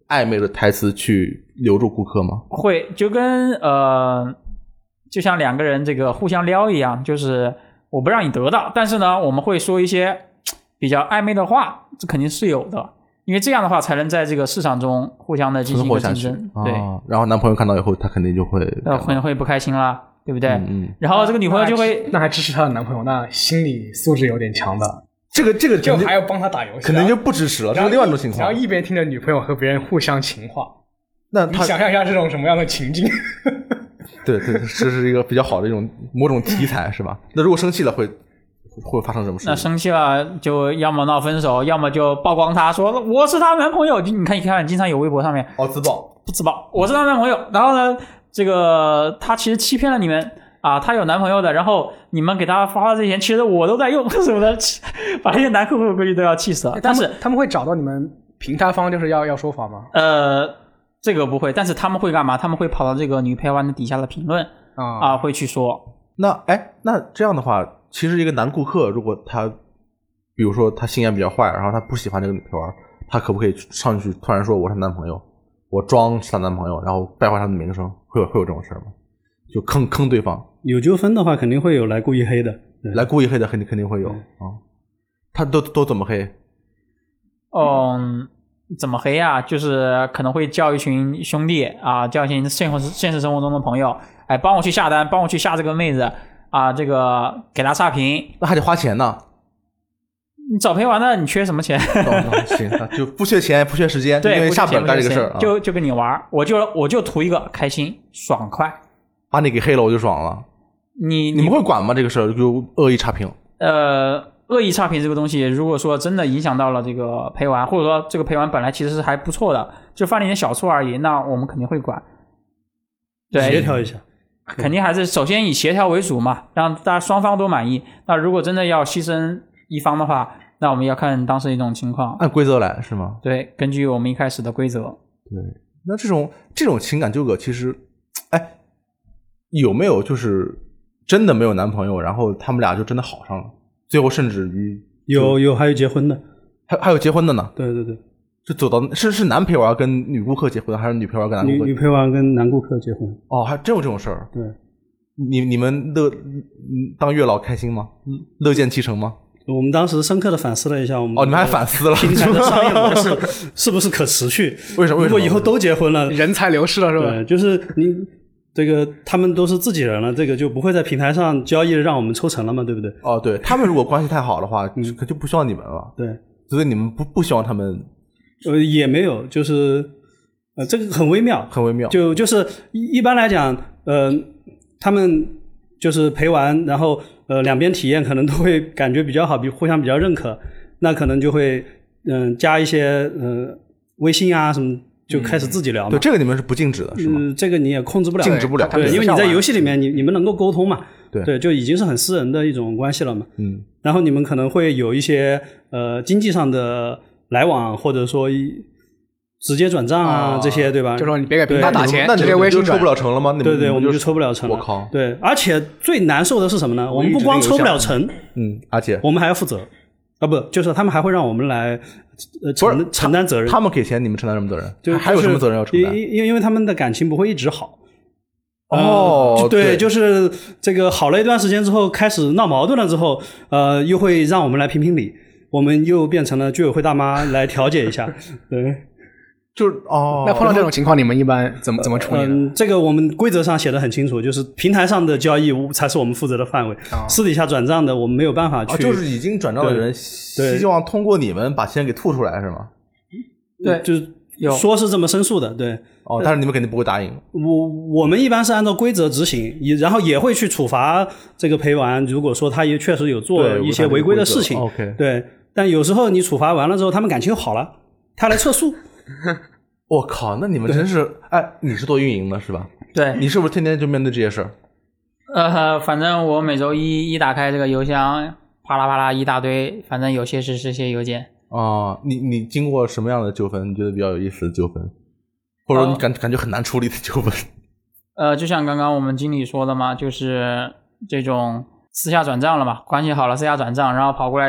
暧昧的台词去留住顾客吗？ 会，就跟呃，就像两个人这个互相撩一样，就是我不让你得到，但是呢，我们会说一些比较暧昧的话，这肯定是有的，因为这样的话才能在这个市场中互相的进行一个竞争。对、 哦，然后男朋友看到以后，他肯定就会呃会会不开心啦，对不对？ 嗯嗯。 然后这个女朋友就会， 那还支持她的男朋友，那心理素质有点强的。 这个这个就还要帮他打游戏， 可能就不支持了，这是另外一种情况。 然后一边听着女朋友和别人互相情话， 那他你想象一下这种什么样的情境？ 对对，这是一个比较好的一种某种题材，是吧？那如果生气了会会发生什么事？ 那生气了就要么闹分手，要么就曝光他说我是她男朋友。你看，你看，经常有微博上面哦自曝不自曝，我是她男朋友。然后呢，这个他其实欺骗了你们。啊，她有男朋友的，然后你们给她发的这些钱，其实我都在用什么的，把这些男客户估计都要气死了。但是他们会找到你们平台方，就是要要说法吗？ 呃，这个不会，但是他们会干嘛？他们会跑到这个女陪玩的底下的评论啊、啊，会去说。 那哎，那这样的话，其实一个男顾客，如果他，比如说他心眼比较坏，然后他不喜欢这个女陪玩，他可不可以上去突然说我是她男朋友，我装是她男朋友，然后败坏她的名声？会有会有这种事吗？就坑坑对方， 有纠纷的话肯定会有来故意黑的， 来故意黑的肯定肯定会有啊、哦。他都都怎么黑？ 嗯，怎么黑啊？就是可能会叫一群兄弟啊，叫一群现实现实生活中的朋友，哎，帮我去下单，帮我去下这个妹子啊，这个给他差评， 那还得花钱呢。 你找陪玩的，你缺什么钱？ 哦、行，就不缺钱，不缺时间， 对， 因为下不了干这个事儿， 就就跟你玩，我就我就图一个开心爽快。 把你给黑了我就爽了。 你你们会管吗？这个事儿就恶意差评？ 呃，恶意差评这个东西，如果说真的影响到了这个陪玩，或者说这个陪玩本来其实是还不错的，就犯了一点小错而已，那我们肯定会管。对， 协调一下， 肯定还是首先以协调为主嘛，让大家双方都满意。那如果真的要牺牲一方的话，那我们要看当时一种情况， 按规则来是吗？ 对，根据我们一开始的规则。 对，那这种这种情感纠葛，其实，哎。有没有就是真的没有男朋友，然后他们俩就真的好上了，最后甚至于有有还有结婚的， 还还有结婚的呢？ 对对对， 就走到是是男陪玩跟女顾客结婚，还是女陪玩跟男顾客？ 女女陪玩跟男顾客结婚。 哦，还真有这种事儿。 对， 你你们乐当月老开心吗？乐见其成吗？ 我们当时深刻的反思了一下，我们哦，你们还反思了平台的商业模式是不是可持续？ 为什么？ 如果以后都结婚了， 人才流失了是吧？ 对，就是你。这个他们都是自己人了，这个就不会在平台上交易让我们抽成了嘛，对不对？ 哦，对，他们如果关系太好的话，嗯，可就不需要你们了。 对， 所以你们不不希望他们， 呃，也没有，就是呃，这个很微妙， 很微妙。 就就是一一般来讲，呃，他们就是陪玩，然后呃两边体验可能都会感觉比较好，比互相比较认可，那可能就会嗯、呃、加一些呃微信啊什么。就开始自己聊嘛、 嗯、对，这个你们是不禁止的是吗、 嗯、这个你也控制不了， 禁止不了， 对，因为你在游戏里面你你们能够沟通嘛， 对对，就已经是很私人的一种关系了嘛。 嗯， 然后你们可能会有一些呃经济上的来往，或者说直接转账啊、哦、这些，对吧？ 就说你别给平台打钱， 那你直接微信就抽不了成了吗？ 对对，我们就抽不了成了。 我靠！ 对，而且最难受的是什么呢？我们不光抽不了成， 嗯，而且我们还要负责啊，不，就是他们还会让我们来。呃，承承担责任， 他们给钱，你们承担什么责任？ 就还有什么责任要承担？ 因因因为他们的感情不会一直好。 哦， 呃、 对, 对，就是这个好了一段时间之后，开始闹矛盾了之后，呃，又会让我们来评评理，我们又变成了居委会大妈来调解一下。对， 就是哦。 那碰到这种情况，你们一般怎么怎么处理呢？ 嗯，这个我们规则上写的很清楚，就是平台上的交易才是我们负责的范围，哦、私底下转账的我们没有办法去。 哦、就是已经转账的人希望通过你们把钱给吐出来，是吗？ 对，就是说是这么申诉的，对。 哦，但是你们肯定不会答应。 我我们一般是按照规则执行，然后也会去处罚这个陪玩。如果说他也确实有做一些违规的事情 ，OK， 对。但有时候你处罚完了之后，他们感情好了，他来撤诉。 我靠，那你们真是哎，你是做运营的是吧？ 对， 你是不是天天就面对这些事儿？ 呃，反正我每周一一打开这个邮箱，啪啦啪啦一大堆，反正有些是这些邮件。 哦，你你经过什么样的纠纷？你觉得比较有意思的纠纷，或者说你感、呃、感觉很难处理的纠纷？ 呃，就像刚刚我们经理说的嘛，就是这种私下转账了嘛，关系好了私下转账，然后跑过来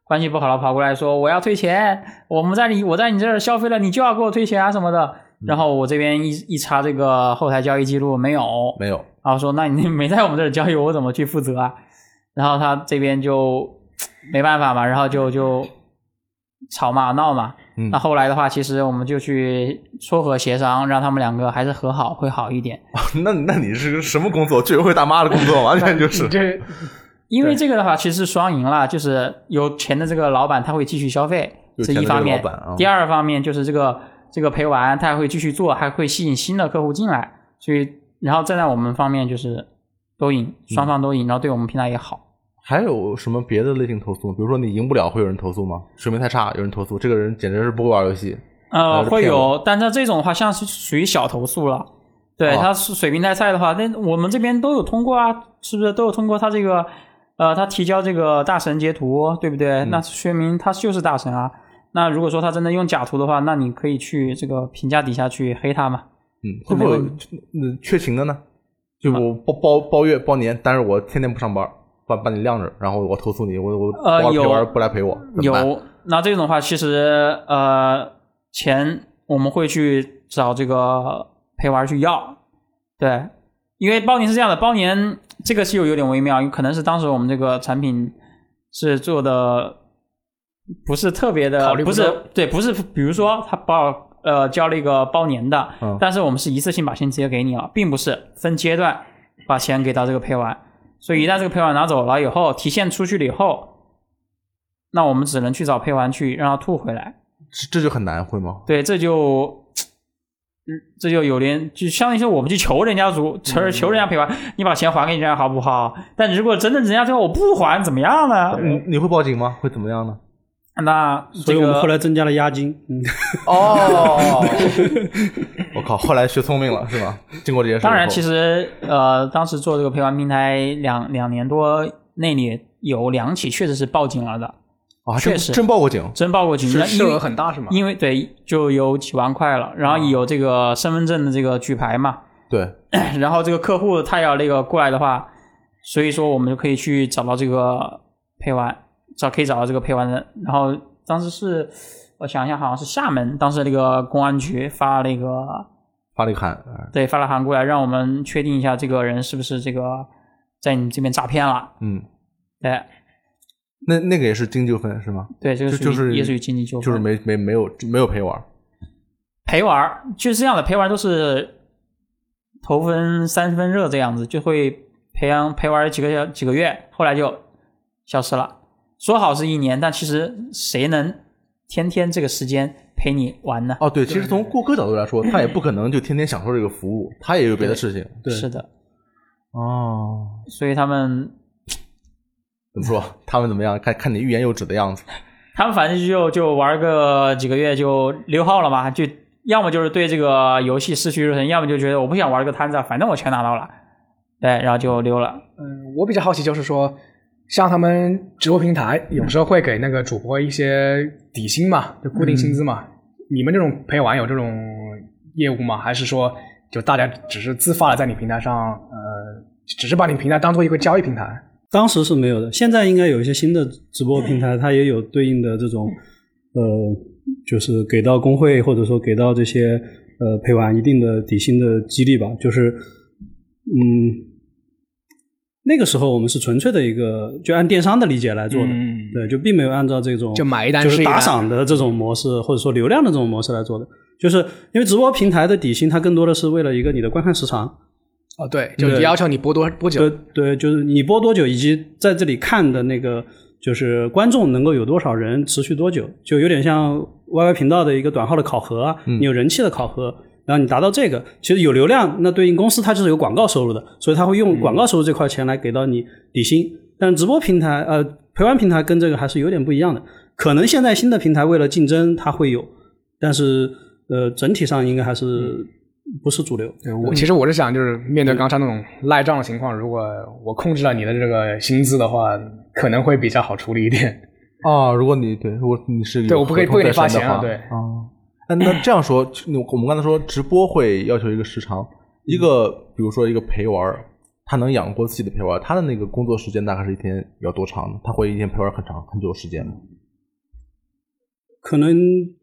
关系不好了跑过来说我要退钱，我们在你我在你这儿消费了，你就要给我退钱啊什么的。嗯、然后我这边一一查这个后台交易记录没有没有， 然后说那你没在我们这儿交易，我怎么去负责啊？然后他这边就没办法嘛，然后就就吵嘛闹嘛。嗯、那后来的话，其实我们就去撮合协商，让他们两个还是和好会好一点。 哦、那那你是什么工作？居委会大妈的工作，完全就是。 这因为这个的话，其实是双赢了，就是有钱的这个老板他会继续消费，是一方面。 啊、 第二方面就是这个这个陪玩他还会继续做，还会吸引新的客户进来，所以然后站在我们方面就是都赢，双方都赢，嗯、然后对我们平台也好。 还有什么别的类型投诉吗？比如说你赢不了会有人投诉吗？水平太差有人投诉，这个人简直是不会玩游戏。 呃，会有，但是这种的话像是属于小投诉了。对，哦、他是水平太菜的话，那我们这边都有通过啊，是不是都有通过他这个呃他提交这个大神截图，对不对？嗯、那说明他就是大神啊。那如果说他真的用假图的话，那你可以去这个评价底下去黑他嘛。 嗯，会不会嗯缺勤的呢？就我包包包月包年，但是我天天不上班。把把你晾着，然后我投诉你，我我呃陪玩不来陪我， 有那这种的话，其实呃钱我们会去找这个陪玩去要，对，因为包年是这样的，包年这个是有有点微妙，可能是当时我们这个产品是做的不是特别的，不是对，不是比如说他包呃交了一个包年的，嗯、但是我们是一次性把钱直接给你了，并不是分阶段把钱给到这个陪玩。所以一旦这个陪玩拿走了以后，提现出去了以后，那我们只能去找陪玩去让他吐回来。 这就很难，会吗？ 对，这就这就有点就相当于是我们去求人家主求求人家陪玩，嗯、你把钱还给人家好不好？但如果真的人家最后我不还怎么样呢？ 你你会报警吗？会怎么样呢？ 那、这个、 所以我们后来增加了押金。嗯、 哦，我靠！后来学聪明了是吧？经过这件事， 当然，其实呃，当时做这个陪玩平台两两年多，那里有两起确实是报警了的。 啊， 确实真报过警， 真报过警， 金额很大是吗？ 因为对，就有几万块了，然后有这个身份证的这个举牌嘛。 对。 然后这个客户他要那个过来的话，所以说我们就可以去找到这个陪玩。找可以找到这个陪玩人，然后当时是我想一下，好像是厦门当时那个公安局发了一个发了一个函， 对，发了函过来，让我们确定一下这个人是不是这个在你这边诈骗了。 嗯， 对， 那那个也是经济纠纷是吗？ 对，这个就是也属于经济纠纷， 就是没没没有没有陪玩， 陪玩就是这样的，陪玩都是头分三分热这样子，就会培养陪玩几个几个月，后来就消失了。说好是一年，但其实谁能天天这个时间陪你玩呢？ 哦，对，其实从顾客角度来说，他也不可能就天天享受这个服务，他也有别的事情。 对，是的。 哦， 所以他们怎么说？他们怎么样？看看你欲言又止的样子。 他们反正就就玩个几个月就溜号了嘛，就要么就是对这个游戏失去热忱，要么就觉得我不想玩这个摊子，反正我钱拿到了，对，然后就溜了。 嗯，我比较好奇就是说。像他们直播平台有时候会给那个主播一些底薪嘛，就固定薪资嘛。嗯、你们这种陪玩有这种业务吗？还是说就大家只是自发的在你平台上，呃，只是把你平台当做一个交易平台？ 当时是没有的，现在应该有一些新的直播平台，它也有对应的这种，呃，就是给到公会或者说给到这些呃陪玩一定的底薪的激励吧，就是，嗯。那个时候我们是纯粹的一个就按电商的理解来做的，嗯、对，就并没有按照这种就买一单就是打赏的这种模式或者说流量的这种模式来做的，就是因为直播平台的底薪它更多的是为了一个你的观看时长。 哦，对，就要求你播多多久？ 对对，就是你播多久，以及在这里看的那个就是观众能够有多少人，持续多久，就有点像 Y Y 频道的一个短号的考核啊，嗯、你有人气的考核。然后你达到这个，其实有流量，那对应公司它就是有广告收入的，所以它会用广告收入这块钱来给到你底薪。嗯、但直播平台呃陪玩平台跟这个还是有点不一样的，可能现在新的平台为了竞争它会有，但是呃整体上应该还是不是主流。 对，我其实我是想就是面对刚才那种赖账的情况，如果我控制了你的这个薪资的话，可能会比较好处理一点。 啊，如果你对如果你是对我不可以不给你发钱啊，对啊。那那这样说，我们刚才说直播会要求一个时长，一个比如说一个陪玩，他能养活自己的陪玩，他的那个工作时间大概是一天要多长呢？他会一天陪玩很长很久时间吗？ 可能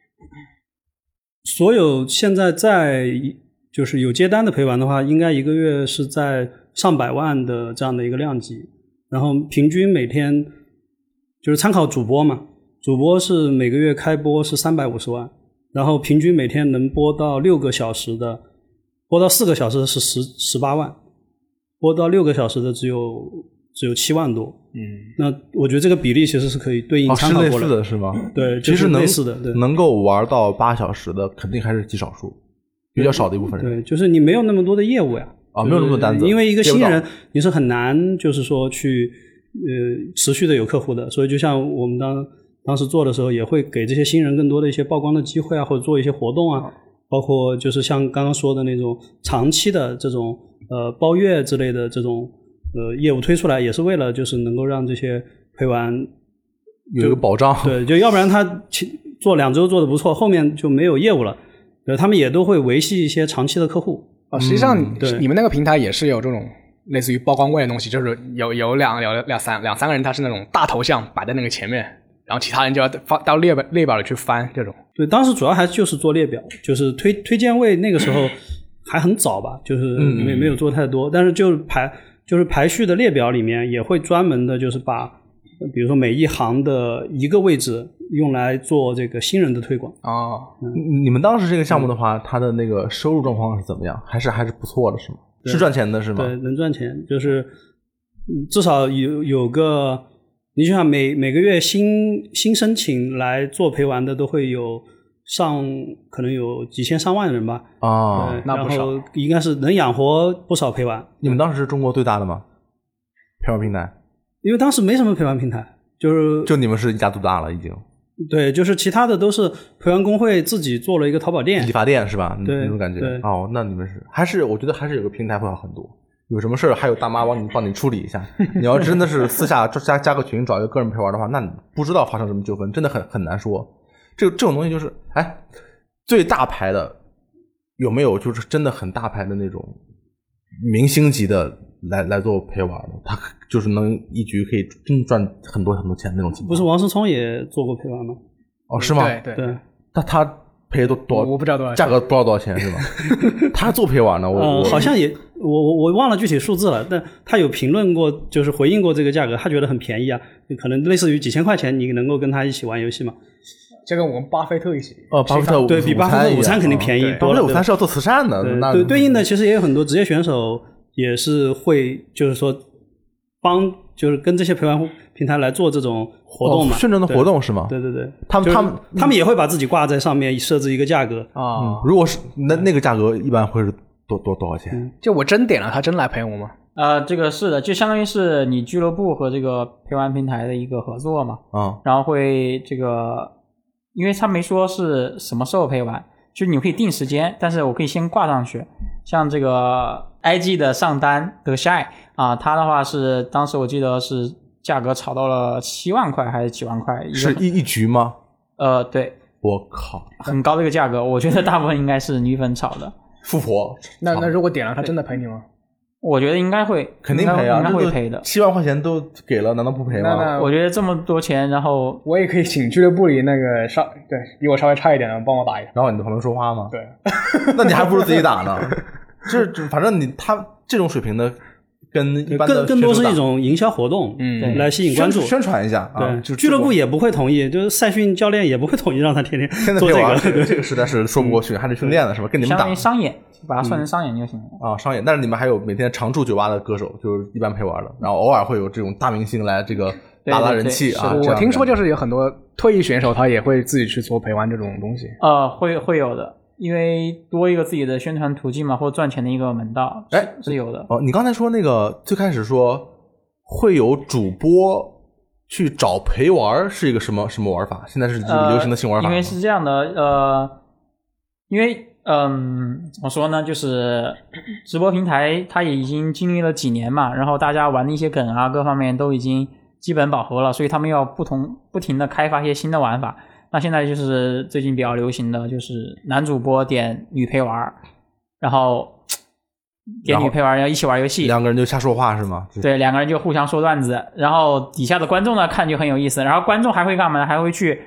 所有现在在就是有接单的陪玩的话，应该一个月是在上百万的这样的一个量级，然后平均每天就是参考主播嘛，主播是每个月开播是三百五十万，然后平均每天能播到六个小时的，播到四个小时的是十十八万，播到六个小时的只有只有七万多。嗯，那我觉得这个比例其实是可以对应参考过来、 哦、是类似的是吗？ 对， 其实能类似的，对， 能够玩到八小时的肯定还是极少数，比较少的一部分人。 对，就是你没有那么多的业务呀。 啊，没有那么多单子， 因为一个新人你是很难就是说去呃持续的有客户的，所以就像我们当当时做的时候，也会给这些新人更多的一些曝光的机会啊，或者做一些活动啊，包括就是像刚刚说的那种长期的这种呃包月之类的这种呃业务推出来，也是为了就是能够让这些陪玩有一个保障。 对，就要不然他做两周做的不错，后面就没有业务了，对，他们也都会维系一些长期的客户。 哦，实际上、 嗯、对你们那个平台也是有这种类似于曝光位的东西，就是有有两有两三两三个人，他是那种大头像摆在那个前面，然后其他人就要发到列表列表里去翻这种。 对，当时主要还就是做列表，就是推推荐位那个时候还很早吧，就是没没有做太多，但是就排就是排序的列表里面也会专门的，就是把比如说每一行的一个位置用来做这个新人的推广。 哦， 嗯、你们当时这个项目的话，它的那个收入状况是怎么样？还是还是不错的，是吗？是赚钱的，是吗？ 对，能赚钱，就是至少有有个，你就像每每个月新新申请来做陪玩的都会有上可能有几千上万人吧。 啊， 那不少， 然后应该是能养活不少陪玩。 你们当时是中国最大的吗？陪玩平台？ 因为当时没什么陪玩平台，就是就你们是一家独大了已经。 对，就是其他的都是陪玩公会自己做了一个淘宝店、 理发店是吧？ 对， 那种感觉。 对， 哦，那你们是还是我觉得还是有个平台会好很多。有什么事还有大妈帮你帮你处理一下。你要真的是私下加加个群找一个个人陪玩的话，那你不知道发生什么纠纷，真的很很难说。这这种东西就是，哎，最大牌的有没有就是真的很大牌的那种明星级的？来来做陪玩的，他就是能一局可以真赚很多很多钱那种情况。 不是王思聪也做过陪玩吗？ 哦，是吗？ 对对对， 他他赔多多， 我不知道多少钱， 价格不知道多少钱是吧？他做陪玩呢，我、 呃、 我好像也我我我忘了具体数字了，但他有评论过，就是回应过这个价格，他觉得很便宜啊，可能类似于几千块钱，你能够跟他一起玩游戏吗？ 这跟我们巴菲特一起哦，巴菲特对比巴菲特午餐肯定便宜多了。 巴菲特午餐是要做慈善的， 对那对对应的其实也有很多职业选手。也是会就是说帮就是跟这些陪玩平台来做这种活动嘛， 哦、宣传的活动是吗？ 对对对， 他们、就是、他们他们也会把自己挂在上面，设置一个价格啊、 嗯。如果是那那个价格一般会是多多多少钱、嗯？ 就我真点了，他真来陪我吗？ 呃，这个是的，就相当于是你俱乐部和这个陪玩平台的一个合作嘛。 啊、嗯， 然后会这个，因为他没说是什么时候陪玩。就你可以定时间，但是我可以先挂上去。像这个 I G 的上单的 Shy 啊，它的话是当时我记得是价格炒到了七万块还是几万块？ 是一一局吗？ 呃，对。 我靠， 很高的一个价格，我觉得大部分应该是女粉炒的。 富婆， 那那如果点了，他真的赔你吗？ 我觉得应该会， 肯定赔啊， 应该会赔的。 七万块钱都给了，难道不赔吗？ 那我觉得这么多钱，然后我也可以请俱乐部里那个稍对比我稍微差一点的帮我打一下。 然后你在旁边说话吗？ 对， 那你还不如自己打呢。这反正你他这种水平的，跟一般的更更多是一种营销活动， 嗯， 来吸引关注、 宣传一下。 对， 啊、 就俱乐部也不会同意，就是赛训教练也不会同意让他天天现在做这个。 这个这个实在是说不过去，嗯、还得训练了是吧？跟你们打。 相当于商演。把它算成商演就行了、 嗯、啊，商演。但是你们还有每天常驻酒吧的歌手，就是一般陪玩的，然后偶尔会有这种大明星来这个拉拉人气啊。 我听说就是有很多退役选手，他也会自己去做陪玩这种东西。 呃，会会有的，因为多一个自己的宣传途径嘛，或赚钱的一个门道， 哎， 是有的。 哦，你刚才说那个最开始说会有主播去找陪玩，是一个什么什么玩法？现在是流行的新玩法、 呃、因为是这样的，呃，因为。嗯，怎么说呢？就是直播平台它也已经经历了几年嘛，然后大家玩的一些梗啊，各方面都已经基本饱和了，所以他们要不同不停的开发一些新的玩法。那现在就是最近比较流行的就是男主播点女陪玩，然后点女陪玩要一起玩游戏， 两个人就瞎说话是吗？ 对，两个人就互相说段子，然后底下的观众呢看就很有意思，然后观众还会干嘛呢？还会去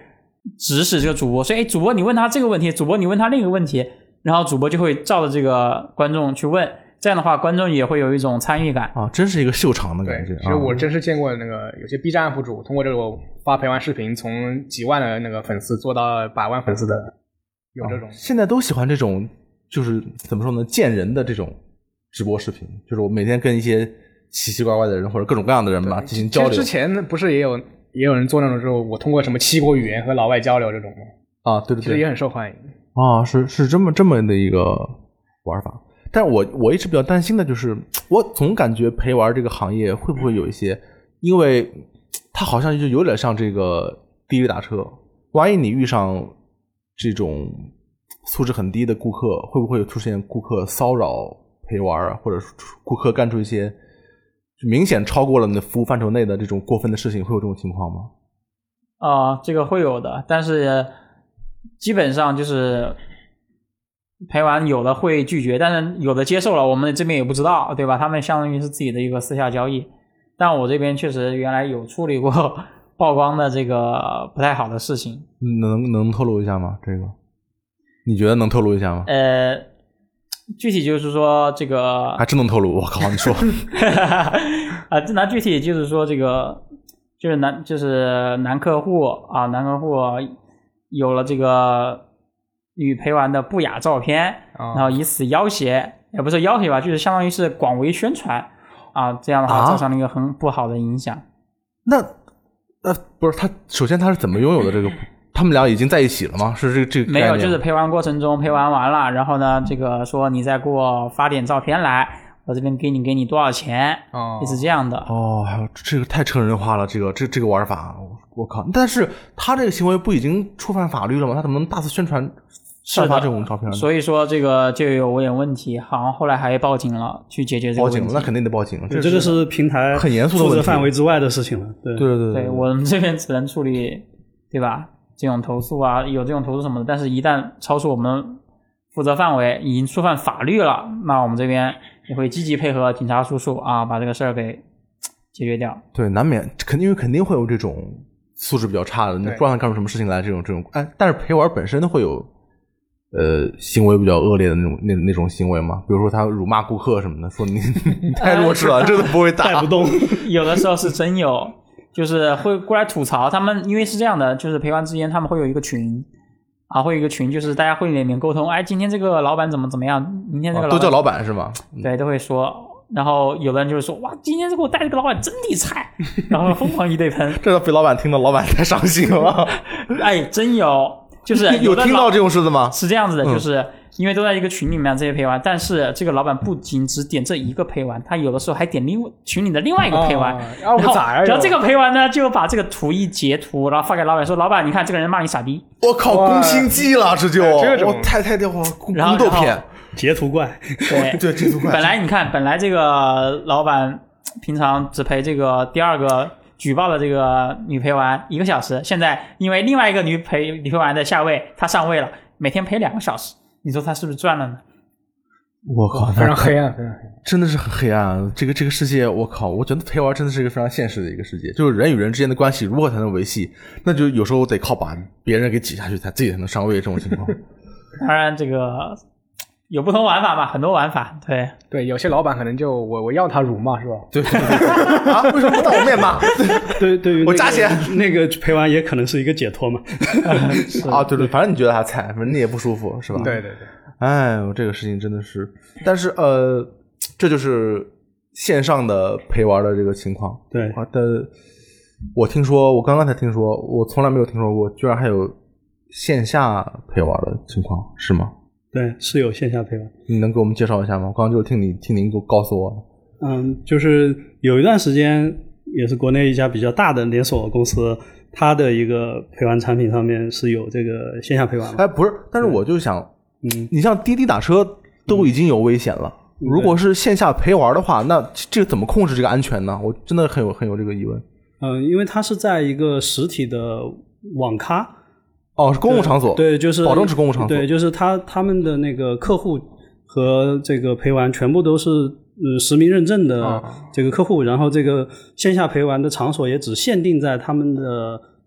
指使这个主播说，哎，主播你问他这个问题，主播你问他另一个问题，然后主播就会照着这个观众去问，这样的话观众也会有一种参与感啊，真是一个秀场的感觉。 其实我真是见过那个有些 B 站 U P 主通过这种发陪玩视频，从几万的那个粉丝做到百万粉丝的，有这种、 啊。现在都喜欢这种，就是怎么说呢，见人的这种直播视频，就是我每天跟一些奇奇怪怪的人或者各种各样的人吧进行交流。 之前不是也有也有人做那种时候，我通过什么七国语言和老外交流这种吗？ 啊，对对对， 其实也很受欢迎啊，是是这么这么的一个玩法。但是我我一直比较担心的就是，我总感觉陪玩这个行业会不会有一些，因为它好像就有点像这个滴滴打车，万一你遇上这种素质很低的顾客，会不会出现顾客骚扰陪玩啊，或者顾客干出一些明显超过了你的服务范畴内的这种过分的事情，会有这种情况吗？ 啊、呃，这个会有的，但是基本上就是陪玩有的会拒绝，但是有的接受了，我们这边也不知道，对吧？他们相当于是自己的一个私下交易。但我这边确实原来有处理过曝光的这个不太好的事情。 能能透露一下吗？这个你觉得能透露一下吗？ 呃，具体就是说这个还真能透露，我靠，你说啊，那具体就是说这个就是男就是男客户啊，男客户有了这个女陪玩的不雅照片， 哦、 然后以此要挟，也不是要挟吧，就是相当于是广为宣传啊，这样的话造成了一个很不好的影响。 啊、那呃不是他，首先他是怎么拥有的这个？他们俩已经在一起了吗？是这个这个没有，就是陪玩过程中陪玩完了，然后呢，这个说你再给我发点照片来，我这边给你给你多少钱， 哦， 也是这样的。 哦，这个太成人化了，这个这这个玩法，我, 我靠！但是他这个行为不已经触犯法律了吗？他怎么能大肆宣传散发这种照片呢？ 所以说这个就有点问题，好像后来还报警了，去解决这个问题。 报警了，那肯定得报警。 这个是平台很严肃的问题， 负责范围之外的事情了。对对对对, 对，我们这边只能处理，对吧？这种投诉啊，有这种投诉什么的，但是一旦超出我们负责范围，已经触犯法律了，那我们这边也会积极配合警察叔叔啊，把这个事儿给解决掉。 对，难免肯定因为肯定会有这种素质比较差的，你不知道他干出什么事情来，这种这种哎，但是陪玩本身会有呃行为比较恶劣的那种那那种行为吗？比如说他辱骂顾客什么的，说你你太弱智了，这都不会打， 带不动。 有的时候是真有。就是会过来吐槽他们，因为是这样的，就是陪玩之间他们会有一个群啊，会有一个群，就是大家会里面沟通，哎，今天这个老板怎么怎么样，明天这个老板、 哦、都叫老板是吗？ 对，都会说，然后有的人就会说，哇，今天这给我带这个老板真理财，然后疯狂一堆喷， 这被老板听到，老板太伤心了。 哎，真有，就是有听到这种事的吗？ 是这样子的，就是因为都在一个群里面这些陪玩，但是这个老板不仅只点这一个陪玩，他有的时候还点另群里的另外一个陪玩， 哦、然后然后这个陪玩呢就把这个图一截图，然后发给老板说，老板你看这个人骂你傻逼。 我靠，攻心计了，这就我太太的话宫斗片截图怪。 对对，截图怪。 本来你看本来这个老板平常只陪这个第二个举报的这个女陪玩一个小时，现在因为另外一个女陪女陪玩的下位他上位了，每天陪两个小时，你说他是不是赚了呢？ 我靠， 非常黑暗，非常黑暗， 真的是很黑暗。这个这个世界，我靠，我觉得陪玩真的是一个非常现实的一个世界。就是人与人之间的关系如何才能维系，那就有时候得靠把别人给挤下去，才自己才能上位。这种情况， 当然这个有不同玩法吧，很多玩法。对对，有些老板可能就我我要他辱骂是吧？ 对对对啊，为什么不当我面骂？ 对对于、那个、 我加钱， 那个陪玩也可能是一个解脱嘛。 啊，对对，反正你觉得他菜，反正你也不舒服，是吧？ 对对对。 哎呦，这个事情真的是，但是呃，这就是线上的陪玩的这个情况。 对， 但我听说，我刚刚才听说，我从来没有听说过，居然还有线下陪玩的情况，是吗？ 对，是有线下陪玩。 你能给我们介绍一下吗？我刚刚就听你听您告诉我。 嗯，就是有一段时间，也是国内一家比较大的连锁公司，它的一个陪玩产品上面是有这个线下陪玩。 哎，不是，但是我就想，嗯，你像滴滴打车都已经有危险了，嗯、如果是线下陪玩的话，那这个怎么控制这个安全呢？我真的很有很有这个疑问。 嗯，因为它是在一个实体的网咖。 哦，是公共场所， 对，对就是保证是公共场所， 对，就是他他们的那个客户和这个陪玩全部都是呃实名认证的这个客户，啊、然后这个线下陪玩的场所也只限定在他们的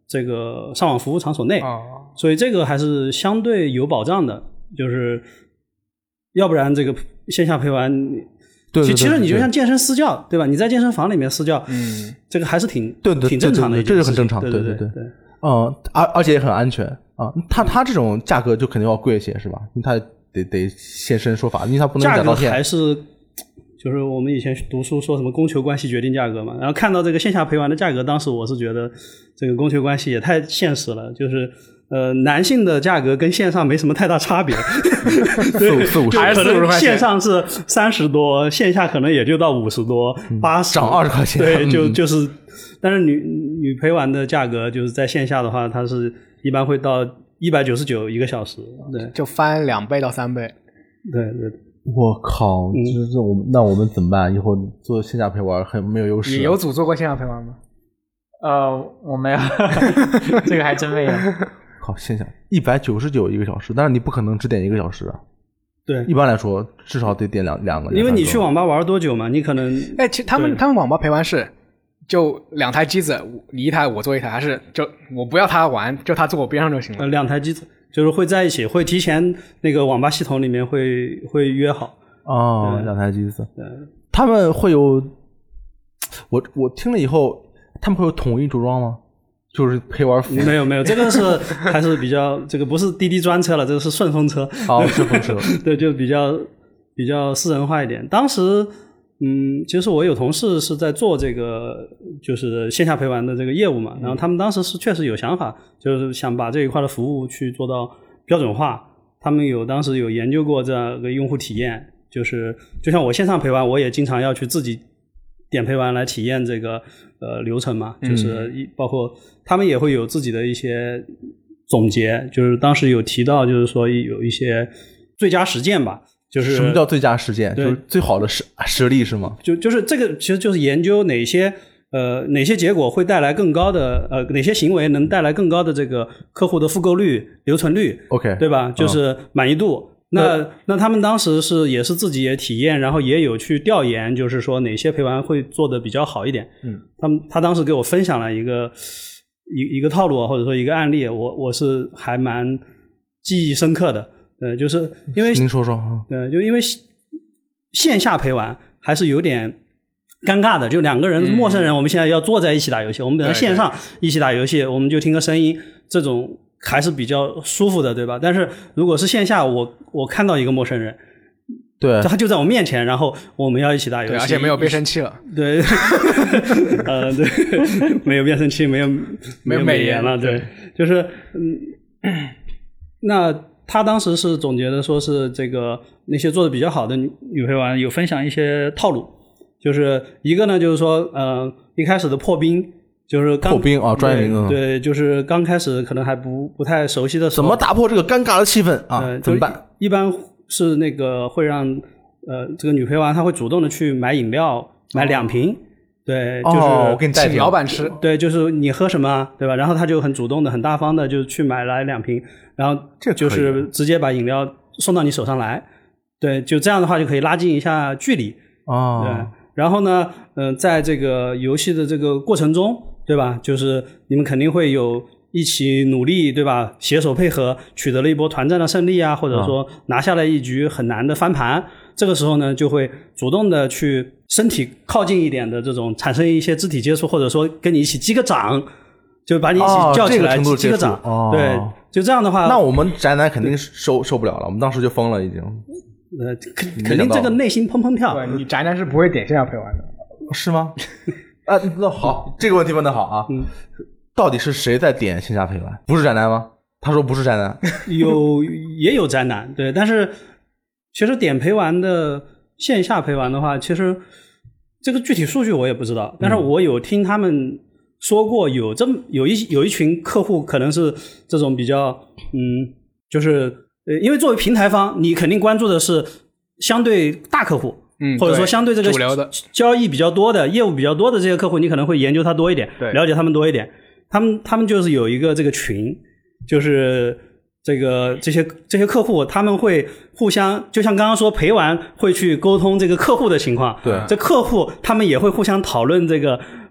这个上网服务场所内， 哦， 所以这个还是相对有保障的，就是要不然这个线下陪玩， 对对对对， 其实你就像健身私教，对吧？你在健身房里面私教， 嗯， 这个还是挺对对挺正常的一件事情， 这是很正常， 对对对对。 嗯，而而且也很安全啊。他他这种价格就肯定要贵一些，是吧？因为他得得现身说法，因为他不能假道歉。 价格还是就是我们以前读书说什么供求关系决定价格嘛，然后看到这个线下陪玩的价格，当时我是觉得这个供求关系也太现实了，就是呃男性的价格跟线上没什么太大差别， 四四五十， 还是四五十块钱， 线上是三十多，线下可能也就到五十多、八十， 涨二十块钱， 对，就就是，但是女女陪玩的价格就是在线下的话，它是一般会到一百九十九一个小时，对， 就翻两倍到三倍， 对对。 我靠，就是我们、嗯、那我们怎么办？以后做线下陪玩很没有优势。 你有组做过线下陪玩吗？ 呃，我没有，这个还真没有。 靠，线下一百九十九一个小时，但是你不可能只点一个小时啊。 对， 一般来说至少得点两两个。 因为你去网吧玩多久嘛？你可能哎，其实他们他们网吧陪玩是就两台机子，你一台我做一台，还是就我不要他玩，就他坐我边上就行了？ 呃，两台机子。就是会在一起，会提前那个网吧系统里面会会约好哦，两台机子， 对， 他们会有，我我听了以后，他们会有统一着装吗？就是陪玩服？ 没有没有，这个是还是比较这个不是滴滴专车了，这个是顺风车， 哦，顺风车， 对，就比较比较私人化一点。当时。嗯，其实我有同事是在做这个，就是线下陪玩的这个业务嘛，然后他们当时是确实有想法，就是想把这一块的服务去做到标准化。他们有当时有研究过这样个用户体验，就是就像我线上陪玩，我也经常要去自己点陪玩来体验这个呃流程嘛，就是包括他们也会有自己的一些总结，就是当时有提到，就是说有一些最佳实践吧。就是什么叫最佳实践？就是最好的实实例是吗？ 就就是这个，其实就是研究哪些呃哪些结果会带来更高的呃哪些行为能带来更高的这个客户的复购率、留存率 ，OK， 对吧？就是满意度。嗯、那那他们当时是也是自己也体验，然后也有去调研，就是说哪些陪玩会做的比较好一点。 嗯， 他们他当时给我分享了一个一一个套路或者说一个案例，我我是还蛮记忆深刻的。对，就是因为您说说， 对，就因为线下陪玩还是有点尴尬的，就两个人陌生人，我们现在要坐在一起打游戏，嗯、我们本来线上一起打游戏，我们就听个声音，这种还是比较舒服的，对吧？但是如果是线下，我我看到一个陌生人， 对， 他就在我面前，然后我们要一起打游戏， 而且没有变声器了， 对，呃，对，没有变声器，没有没有美颜了，对，就是嗯，那。他当时是总结的说是这个那些做的比较好的女陪玩有分享一些套路，就是一个呢就是说呃一开始的破冰，就是刚破冰啊，专业名字， 对，就是刚开始可能还不不太熟悉的时候， 怎么打破这个尴尬的气氛啊？ 呃、 怎么办？ 一般是那个会让呃这个女陪玩她会主动的去买饮料，买两瓶。哦对，就是我给你带请老板吃， 对，就是你喝什么，对吧？然后他就很主动的、很大方的就去买来两瓶，然后就是直接把饮料送到你手上来，对，就这样的话就可以拉近一下距离哦。 对，然后呢，嗯、呃，在这个游戏的这个过程中，对吧？就是你们肯定会有一起努力，对吧？携手配合，取得了一波团战的胜利啊，或者说拿下了一局很难的翻盘。这个时候呢，就会主动的去身体靠近一点的这种产生一些肢体接触，或者说跟你一起击个掌，就把你一起叫起来、 哦、这个击个掌。 哦、 对，就这样的话， 那我们宅男肯定受受不了了，我们当时就疯了已经。 呃，肯肯定这个内心砰砰跳。 对，你宅男是不会点线下陪玩的， 是吗？啊，那好，这个问题问得好啊。嗯，到底是谁在点线下陪玩？不是宅男吗？他说不是宅男， 有也有宅男，对，但是。其实点陪玩的线下陪玩的话，其实这个具体数据我也不知道，但是我有听他们说过有这么有一有一群客户可能是这种比较嗯，就是呃，因为作为平台方，你肯定关注的是相对大客户， 嗯， 或者说相对这个主流的交易比较多的业务比较多的这些客户，你可能会研究他多一点， 对， 了解他们多一点。他们他们就是有一个这个群，就是这个这些这些客户他们会互相，就像刚刚说陪玩会去沟通这个客户的情况， 对， 这客户他们也会互相讨论这个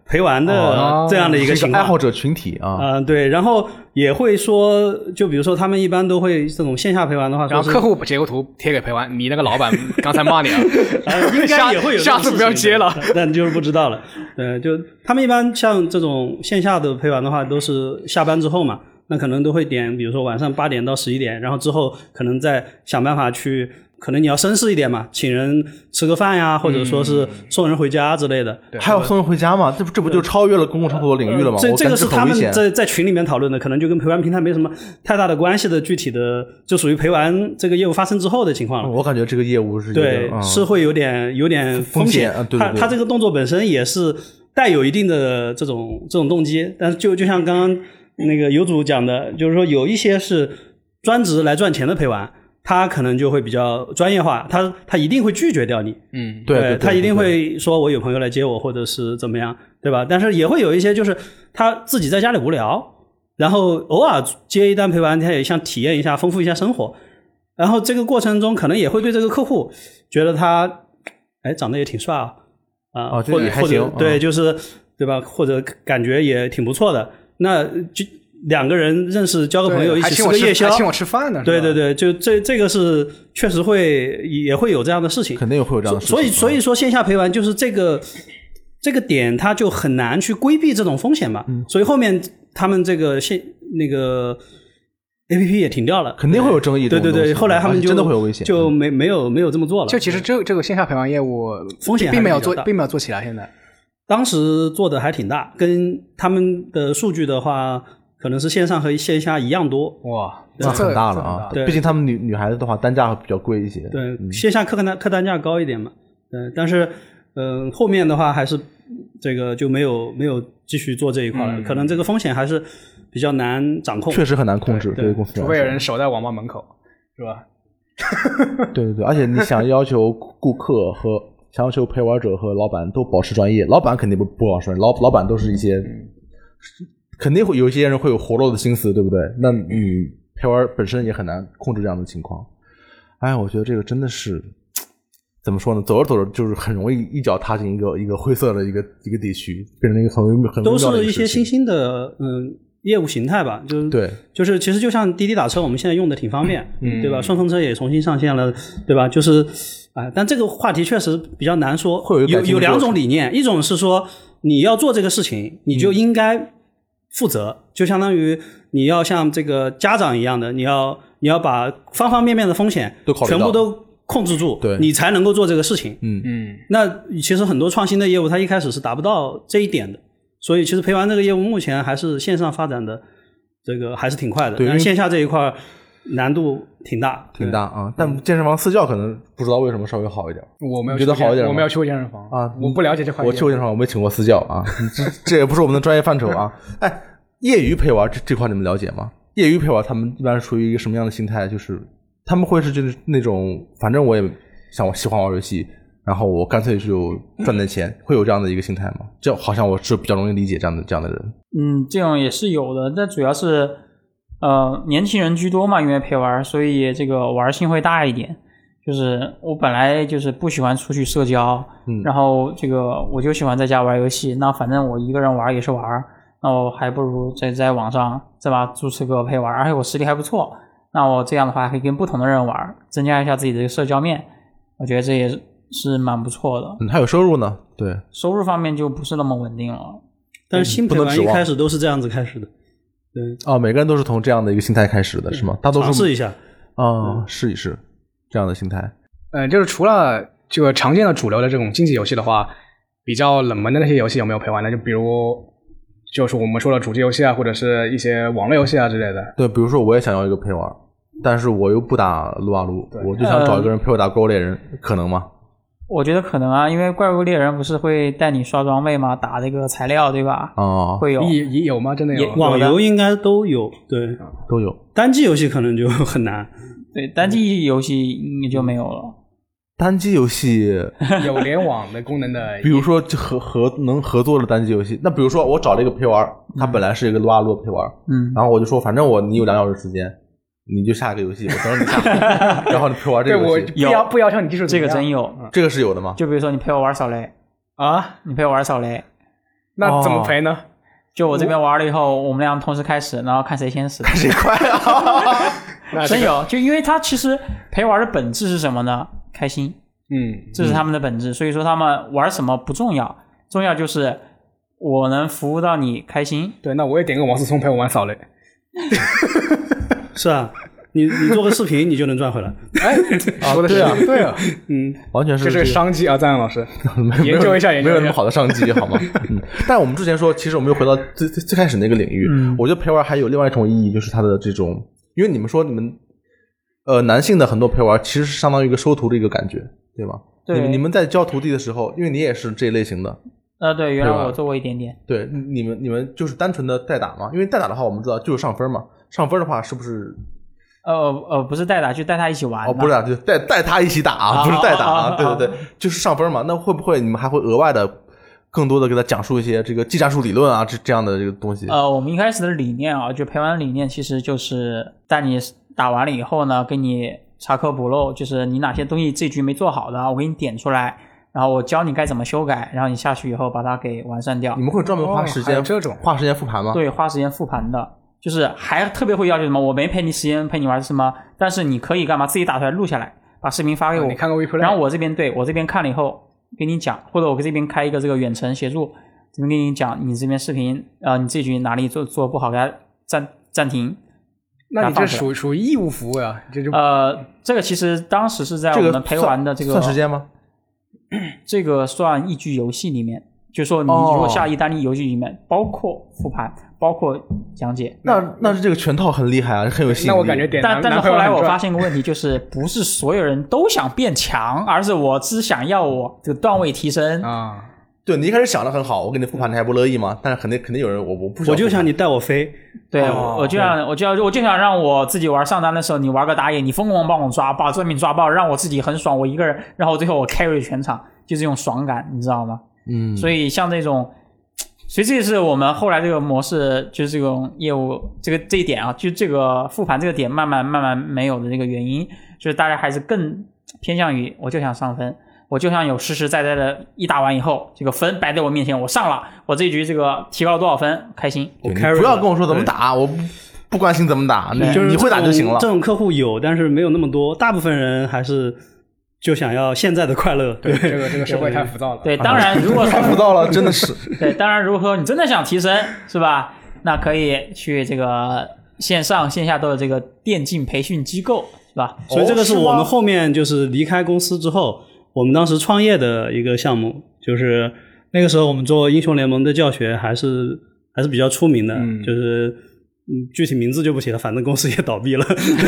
陪玩的这样的一个情况， 哦、爱好者群体啊， 嗯、呃，对，然后也会说，就比如说他们一般都会这种线下陪玩的话， 然后客户截个图贴给陪玩，你那个老板刚才骂你了， 呃、应该也会有， 下次不要接了， 但就是不知道了。对，就他们一般像这种线下的陪玩的话，都是下班之后嘛，那可能都会点，比如说晚上八点到十一点，然后之后可能再想办法去。可能你要绅士一点嘛，请人吃个饭呀，或者说是送人回家之类的。 嗯、还有送人回家吗？这不这不就超越了公共场所的领域了吗？ 这这个是他们在在群里面讨论的，可能就跟陪玩平台没什么太大的关系的，具体的就属于陪玩这个业务发生之后的情况了。 嗯、我感觉这个业务是有对、 嗯、 是会有点有点风险。 风险啊、对对对， 他他这个动作本身也是带有一定的这种这种动机，但是就就像刚刚那个有主讲的，就是说有一些是专职来赚钱的陪玩。他可能就会比较专业化，他他一定会拒绝掉你， 嗯， 对, 对, 对, 对， 他一定会说我有朋友来接我，或者是怎么样，对吧？但是也会有一些就是他自己在家里无聊，然后偶尔接一单陪玩，他也想体验一下，丰富一下生活，然后这个过程中可能也会对这个客户觉得他，哎，长得也挺帅啊，啊， 哦，这也还行， 对，就是对吧？或者感觉也挺不错的，那就。两个人认识交个朋友一起吃个夜宵， 还请我吃饭呢。 对对对，就这这个是确实会也会有这样的事情， 肯定会有这样的事情。 所以所以说线下陪玩就是这个这个点，它就很难去规避这种风险嘛。嗯、所以后面他们这个线那个 A P P 也停掉了， 肯定会有争议。 对对对，后来他们就真的会有危险， 就没没有没有这么做了。 就其实这这个线下陪玩业务风险并没有做，并没有做起来。现在当时做的还挺大，跟他们的数据的话。可能是线上和线下一样多哇， 那很大了啊！ 对， 毕竟他们女女孩子的话，单价会比较贵一些。 对，嗯、线下客单客单价高一点嘛。对，但是嗯、呃，后面的话还是这个就没有没有继续做这一块了、嗯，可能这个风险还是比较难掌控， 确实很难控制。 对， 对于公司来说， 除非有人守在网吧门口，是吧？ 对对对，而且你想要求顾客和想要求陪玩者和老板都保持专业，老板肯定不不保持专业，老老板都是一些。嗯肯定会有一些人会有活络的心思，对不对？那你陪玩本身也很难控制这样的情况。哎，我觉得这个真的是怎么说呢？走着走着就是很容易一脚踏进一个一个灰色的一个一个地区，变成一个很很都是一些新兴的嗯业务形态吧。就是对， 就是其实就像滴滴打车，我们现在用的挺方便， 嗯， 对吧？顺风车也重新上线了，对吧？就是啊、呃，但这个话题确实比较难说。 会有有有两种理念，一种是说你要做这个事情，你就应该。负责就相当于你要像这个家长一样的，你要你要把方方面面的风险全部都控制住， 对， 你才能够做这个事情。 嗯嗯。 那其实很多创新的业务，它一开始是达不到这一点的，所以其实陪玩这个业务目前还是线上发展的，这个还是挺快的，但是线下这一块难度挺大， 挺大啊。但健身房私教可能不知道为什么稍微好一点。 我没有觉得好一点， 我没有去过健身房啊， 我不了解这块。 我去过健身房，我没请过私教啊，这这也不是我们的专业范畴啊。哎，业余陪玩这这块你们了解吗？业余陪玩他们一般属于一个什么样的心态？就是他们会是就是那种，反正我也想喜欢玩游戏，然后我干脆就赚点钱，会有这样的一个心态吗？这好像我是比较容易理解这样的这样的人。 嗯，这种也是有的，但主要是。呃，年轻人居多嘛，因为陪玩，所以这个玩性会大一点。就是我本来就是不喜欢出去社交，嗯，然后这个我就喜欢在家玩游戏。那反正我一个人玩也是玩，那我还不如在在网上再把注册个陪玩，而且我实力还不错。那我这样的话可以跟不同的人玩，增加一下自己的社交面。我觉得这也是蛮不错的。 嗯，还有收入呢？对， 收入方面就不是那么稳定了。 但是新陪玩一开始都是这样子开始的。对哦，每个人都是从这样的一个心态开始的，是吗？大多数尝试一下啊、嗯，试一试这样的心态。 嗯，就是除了这个常见的主流的这种竞技游戏的话，比较冷门的那些游戏有没有陪玩的？就比如就是我们说的主机游戏啊，或者是一些网络游戏啊之类的。 对，比如说我也想要一个陪玩，但是我又不打撸啊撸，我就想找一个人陪我打怪物猎人、呃，可能吗？ 我觉得可能啊，因为怪物猎人不是会带你刷装备吗？打这个材料，对吧？ 哦， 会有也也有吗？真的有？ 网游应该都有，对， 都有。 单机游戏可能就很难。 对，单机游戏应该就没有了。 单机游戏有联网的功能的， 比如说合合能合作的单机游戏。那比如说我找了一个陪玩，他本来是一个撸啊撸陪玩，嗯，然后我就说，反正我你有两小时时间。你就下一个游戏，我等着你下，然后你陪我玩这个游戏。 对，我不要不要求你技术， 这个真有， 这个是有的吗？ 就比如说你陪我玩扫雷啊， 你陪我玩扫雷， 那怎么赔呢？ 就我这边玩了以后，我们俩同时开始，然后看谁先死， 看谁快啊！ 真有，就因为他其实陪玩的本质是什么呢？开心， 嗯， 这是他们的本质。所以说他们玩什么不重要，重要就是我能服务到你开心。 对，那我也点个王思聪陪我玩扫雷。 是啊，你你做个视频你就能赚回来。 哎，说的是啊，对啊， 嗯， 完全是这是商机啊，赞扬老师， 研究一下，研究一下， 没有那么好的商机，好吗？嗯。但我们之前说，其实我们又回到最最最开始那个领域，嗯，我觉得陪玩还有另外一种意义，就是它的这种，因为你们说你们呃男性的很多陪玩其实是相当于一个收徒的一个感觉，对吗？ 对。 你们你们在教徒弟的时候，因为你也是这一类型的。 呃，对，原来我做过一点点。 对，你们你们就是单纯的代打嘛？因为代打的话，我们知道就是上分嘛。上分的话，是不是？ 呃呃，不是代打，就带他一起玩。 哦，不是，就带带他一起打啊，不是代打啊。对对对，就是上分嘛。那会不会你们还会额外的更多的给他讲述一些这个技战术理论啊，这这样的这个东西？ 呃，我们一开始的理念啊，就陪玩理念其实就是在你打完了以后呢，给你查缺补漏，就是你哪些东西这局没做好的，我给你点出来。然后我教你该怎么修改，然后你下去以后把它给完善掉。 你们会专门花时间、 哦、这种花时间复盘吗？ 对，花时间复盘的，就是还特别会要求什么？我没陪你时间陪你玩什么，但是你可以干嘛？自己打出来录下来，把视频发给我， 哦、你看个 WePlay， 然后我这边对我这边看了以后给你讲，或者我这边开一个这个远程协助，这边给你讲你这边视频呃你这局哪里做做不好，给它暂暂停。 那你这属属于义务服务呀？这就呃，这个其实当时是在我们陪玩的这个、 这个、算时间吗？ 这个算一局游戏里面，就是说你如果下一单一游戏里面、哦、包括复盘，包括讲解， 那那是这个全套很厉害啊，很有吸引力。 那我感觉点但但是后来我发现个问题，就是不是所有人都想变强，而是我只想要我这个段位提升啊。 对，你一开始想的很好，我给你复盘你还不乐意吗？但是肯定肯定有人我我不想， 我就想你带我飞。 对， 哦、 我就想我就要我就想让我自己玩上单的时候，你玩个打野，你疯狂帮我抓，把正面抓爆，让我自己很爽，我一个人，然后最后我 carry 全场，就这种爽感，你知道吗？ 嗯， 所以像这种，所以这是我们后来这个模式，就是这种业务这个这一点啊，就这个复盘这个点慢慢慢慢没有的这个原因，就是大家还是更偏向于我就想上分。我就想有实实在在的，一打完以后，这个分摆在我面前，我上了，我这一局这个提高了多少分，开心。 你不要跟我说怎么打，我不关心怎么打，你你会打就行了。 这种客户有，但是没有那么多，大部分人还是就想要现在的快乐。 对，这个这个社会太浮躁了。 对，当然如果太浮躁了，真的是。 对，当然如果说你真的想提升，是吧？那可以去这个线上线下都有这个电竞培训机构，是吧？ 所以这个是我们后面就是离开公司之后。我们当时创业的一个项目，就是那个时候我们做英雄联盟的教学还是还是比较出名的，嗯、就是嗯具体名字就不写了，反正公司也倒闭了。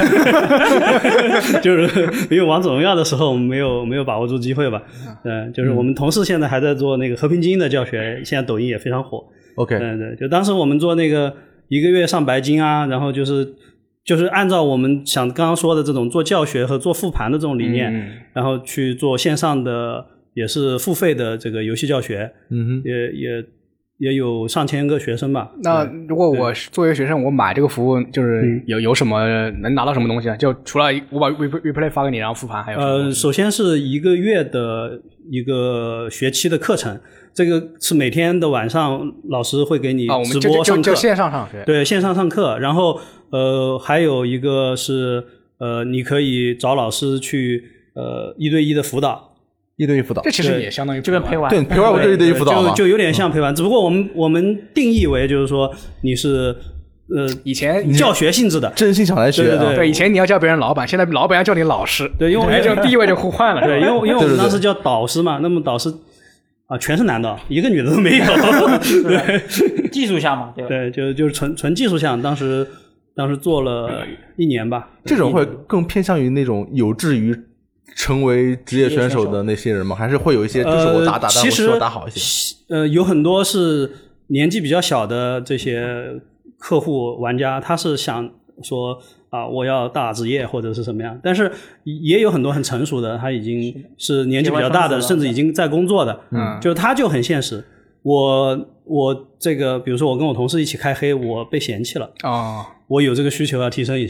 就是因为王者荣耀的时候我们没有没有把握住机会吧，对，就是我们同事现在还在做那个和平精英的教学，现在抖音也非常火。 OK， 对对，就当时我们做那个一个月上白金啊，然后就是。就是按照我们想刚刚说的这种做教学和做复盘的这种理念，嗯、然后去做线上的也是付费的这个游戏教学， 嗯哼， 也也也有上千个学生吧。 那如果我作为学生，我买这个服务，就是有有什么能拿到什么东西啊？就除了我把 replay 发给你，然后复盘，还有什么？ 呃，首先是一个月的一个学期的课程。这个是每天的晚上老师会给你直播上课， 哦、就, 就, 就线上上学， 对，线上上课。然后呃，还有一个是呃，你可以找老师去呃一对一的辅导， 一对一辅导， 这其实也相当于就跟陪玩， 对陪玩，我就一对一辅导嘛， 就就有点像陪玩，嗯、只不过我们我们定义为就是说你是。呃， 以前教学性质的， 真心想来学、啊， 对对对， 对，以前你要叫别人老板，现在老板要叫你老师， 对，因为这种地位就互换了， 对，因为因为我们当时叫导师嘛，那么导师啊全是男的，一个女的都没有， 对，技术项嘛，对吧？ 对，就就是纯纯技术项，当时当时做了一年吧。 这种会更偏向于那种有志于成为职业选手的那些人吗？还是会有一些就是我打打，但我需要打好一些？ 呃，有很多是年纪比较小的这些。客户玩家他是想说啊，我要大职业或者是什么样，但是也有很多很成熟的，他已经是年纪比较大的，甚至已经在工作的，嗯，就他就很现实。我我这个，比如说我跟我同事一起开黑，我被嫌弃了哦， 我有这个需求要提升一下，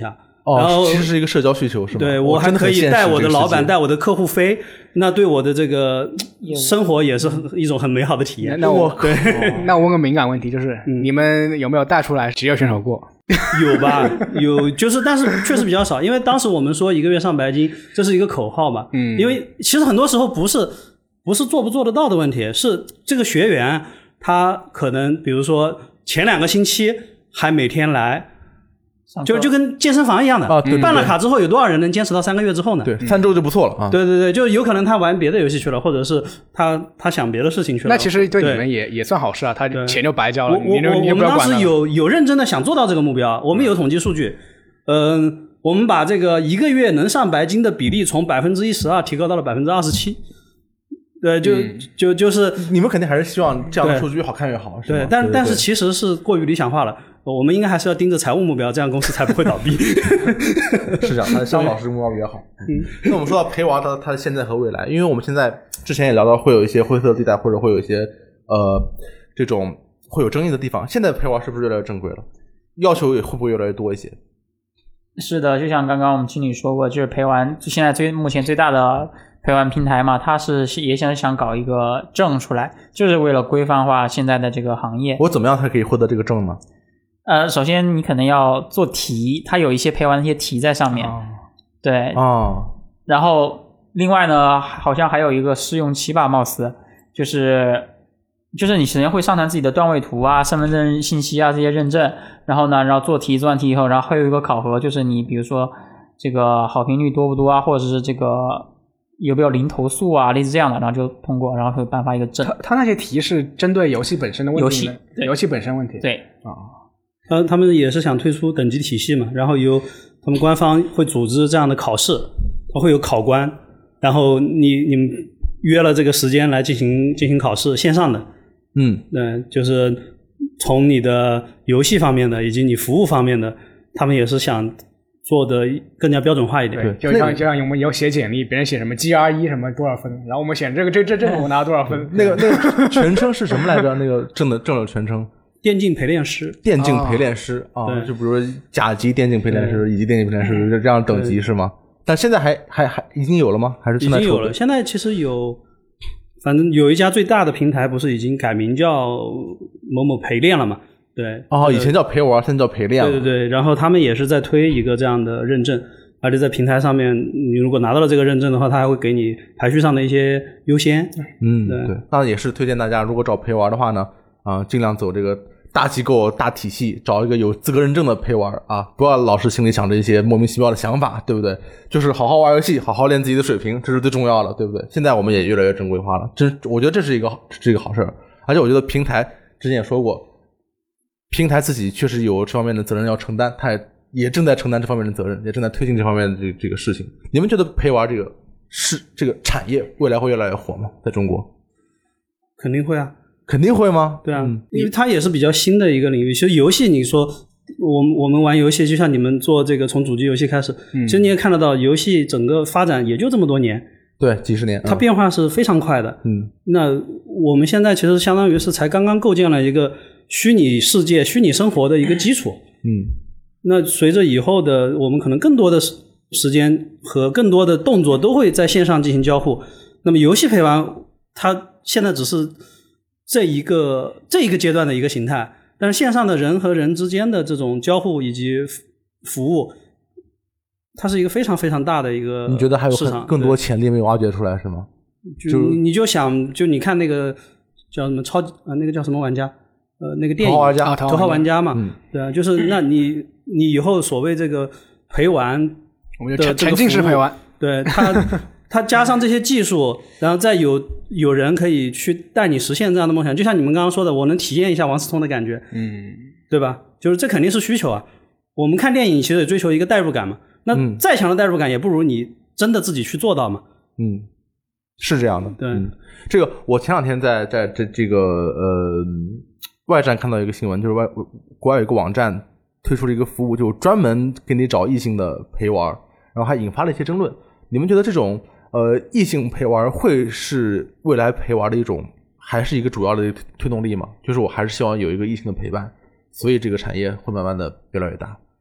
哦， 然后其实是一个社交需求是吗？ 对，我还可以带我的老板带我的客户飞，那对我的这个生活也是一种很美好的体验。 那我对、 哦，那我问个敏感问题，就是、嗯、你们有没有带出来职业选手过？ 有吧，有，就是但是确实比较少，因为当时我们说一个月上百斤，这是一个口号嘛。嗯，因为其实很多时候不是不是做不做得到的问题，是这个学员他可能比如说前两个星期还每天来。就就跟健身房一样的啊，对对对， 办了卡之后有多少人能坚持到三个月之后呢？ 对，三周就不错了啊。 对对对，就有可能他玩别的游戏去了，或者是他他想别的事情去了。 那其实对你们也也算好事啊，他钱就白交了。 我我我我们当时有有认真的想做到这个目标，我们有统计数据，嗯、呃，我们把这个一个月能上白金的比例从百分之一十二提高到了百分之二十七。对，就、嗯、就就是你们肯定还是希望这样的数据越好看越好， 对，但但是其实是过于理想化了。我们应该还是要盯着财务目标，这样公司才不会倒闭。 是这样，他的商老师目标比较好。嗯，那我们说到陪玩，它它的现在和未来，因为我们现在之前也聊到会有一些灰色地带，或者会有一些呃这种会有争议的地方。现在陪玩是不是越来越正规了？要求也会不会越来越多一些？ 是的，就像刚刚我们经理说过，就是陪玩现在最目前最大的陪玩平台嘛，它是也想想搞一个证出来，就是为了规范化现在的这个行业。 我怎么样才可以获得这个证呢？ 呃，首先你可能要做题，它有一些陪玩的一些题在上面，哦、对， 哦， 然后另外呢，好像还有一个试用期吧，貌似就是就是你首先会上传自己的段位图啊、身份证信息啊这些认证，然后呢，然后做题，做完题以后，然后还有一个考核，就是你比如说这个好评率多不多啊，或者是这个有没有零投诉啊，类似这样的，然后就通过，然后会颁发一个证。 他他那些题是针对游戏本身的问题， 游戏游戏本身问题， 对啊。 他他们也是想推出等级体系嘛，然后由他们官方会组织这样的考试，他会有考官，然后你你们约了这个时间来进行进行考试，线上的， 嗯， 对，就是从你的游戏方面的以及你服务方面的，他们也是想做的更加标准化一点。 对，就像就像我们以后写简历，别人写什么 G R 一 什么多少分，然后我们写这个这这这我拿多少分， 那个那个全称是什么来着？那个证的证的全称。 电竞陪练师， 电竞陪练师啊、哦哦，就比如说甲级电竞陪练师、乙级电竞陪练师这样等级是吗？但现在还还还已经有了吗？还是现在已经有了？现在其实有，反正有一家最大的平台不是已经改名叫某某陪练了嘛？对， 哦，以前叫陪玩，现在叫陪练了。 对对对，然后他们也是在推一个这样的认证，而且在平台上面，你如果拿到了这个认证的话，它还会给你排序上的一些优先。 嗯，对，对，那也是推荐大家，如果找陪玩的话呢。啊，尽量走这个大机构、大体系，找一个有资格认证的陪玩啊，不要老是心里想着一些莫名其妙的想法，对不对？就是好好玩游戏，好好练自己的水平，这是最重要的，对不对？现在我们也越来越正规化了，这我觉得这是一个这是一个好事儿，而且我觉得平台之前也说过，平台自己确实有这方面的责任要承担，它也也正在承担这方面的责任，也正在推进这方面的这个、这个事情。你们觉得陪玩这个是这个产业未来会越来越火吗？在中国？ 肯定会啊。 肯定会吗？ 对啊、嗯，因为它也是比较新的一个领域。其实游戏，你说我们我们玩游戏，就像你们做这个从主机游戏开始，嗯、其实你也看得到，游戏整个发展也就这么多年， 对，几十年， 它变化是非常快的。 嗯， 那我们现在其实相当于是才刚刚构建了一个虚拟世界、虚拟生活的一个基础。 嗯， 那随着以后的我们可能更多的时间和更多的动作都会在线上进行交互，那么游戏陪玩，它现在只是这一个这一个阶段的一个形态，但是线上的人和人之间的这种交互以及服务，它是一个非常非常大的一个市场。 你觉得还有更多潜力没有挖掘出来是吗？ 就你就想，就你看那个叫什么超呃那个叫什么玩家呃那个电影头号玩家头号玩家嘛， 嗯、 对啊，就是那你你以后所谓这个陪玩的我们就沉浸式陪玩， 对它它加上这些技术，然后再有有人可以去带你实现这样的梦想，就像你们刚刚说的，我能体验一下王思聪的感觉， 嗯， 对吧？就是这肯定是需求啊。我们看电影其实也追求一个代入感嘛，那再强的代入感也不如你真的自己去做到嘛。 嗯，是这样的。 对， 嗯、这个我前两天在在这这个呃外站看到一个新闻，就是外国外有一个网站推出了一个服务，就专门给你找异性的陪玩，然后还引发了一些争论。你们觉得这种呃异性陪玩会是未来陪玩的一种，还是一个主要的推动力吗？就是我还是希望有一个异性的陪伴，所以这个产业会慢慢的越来越大。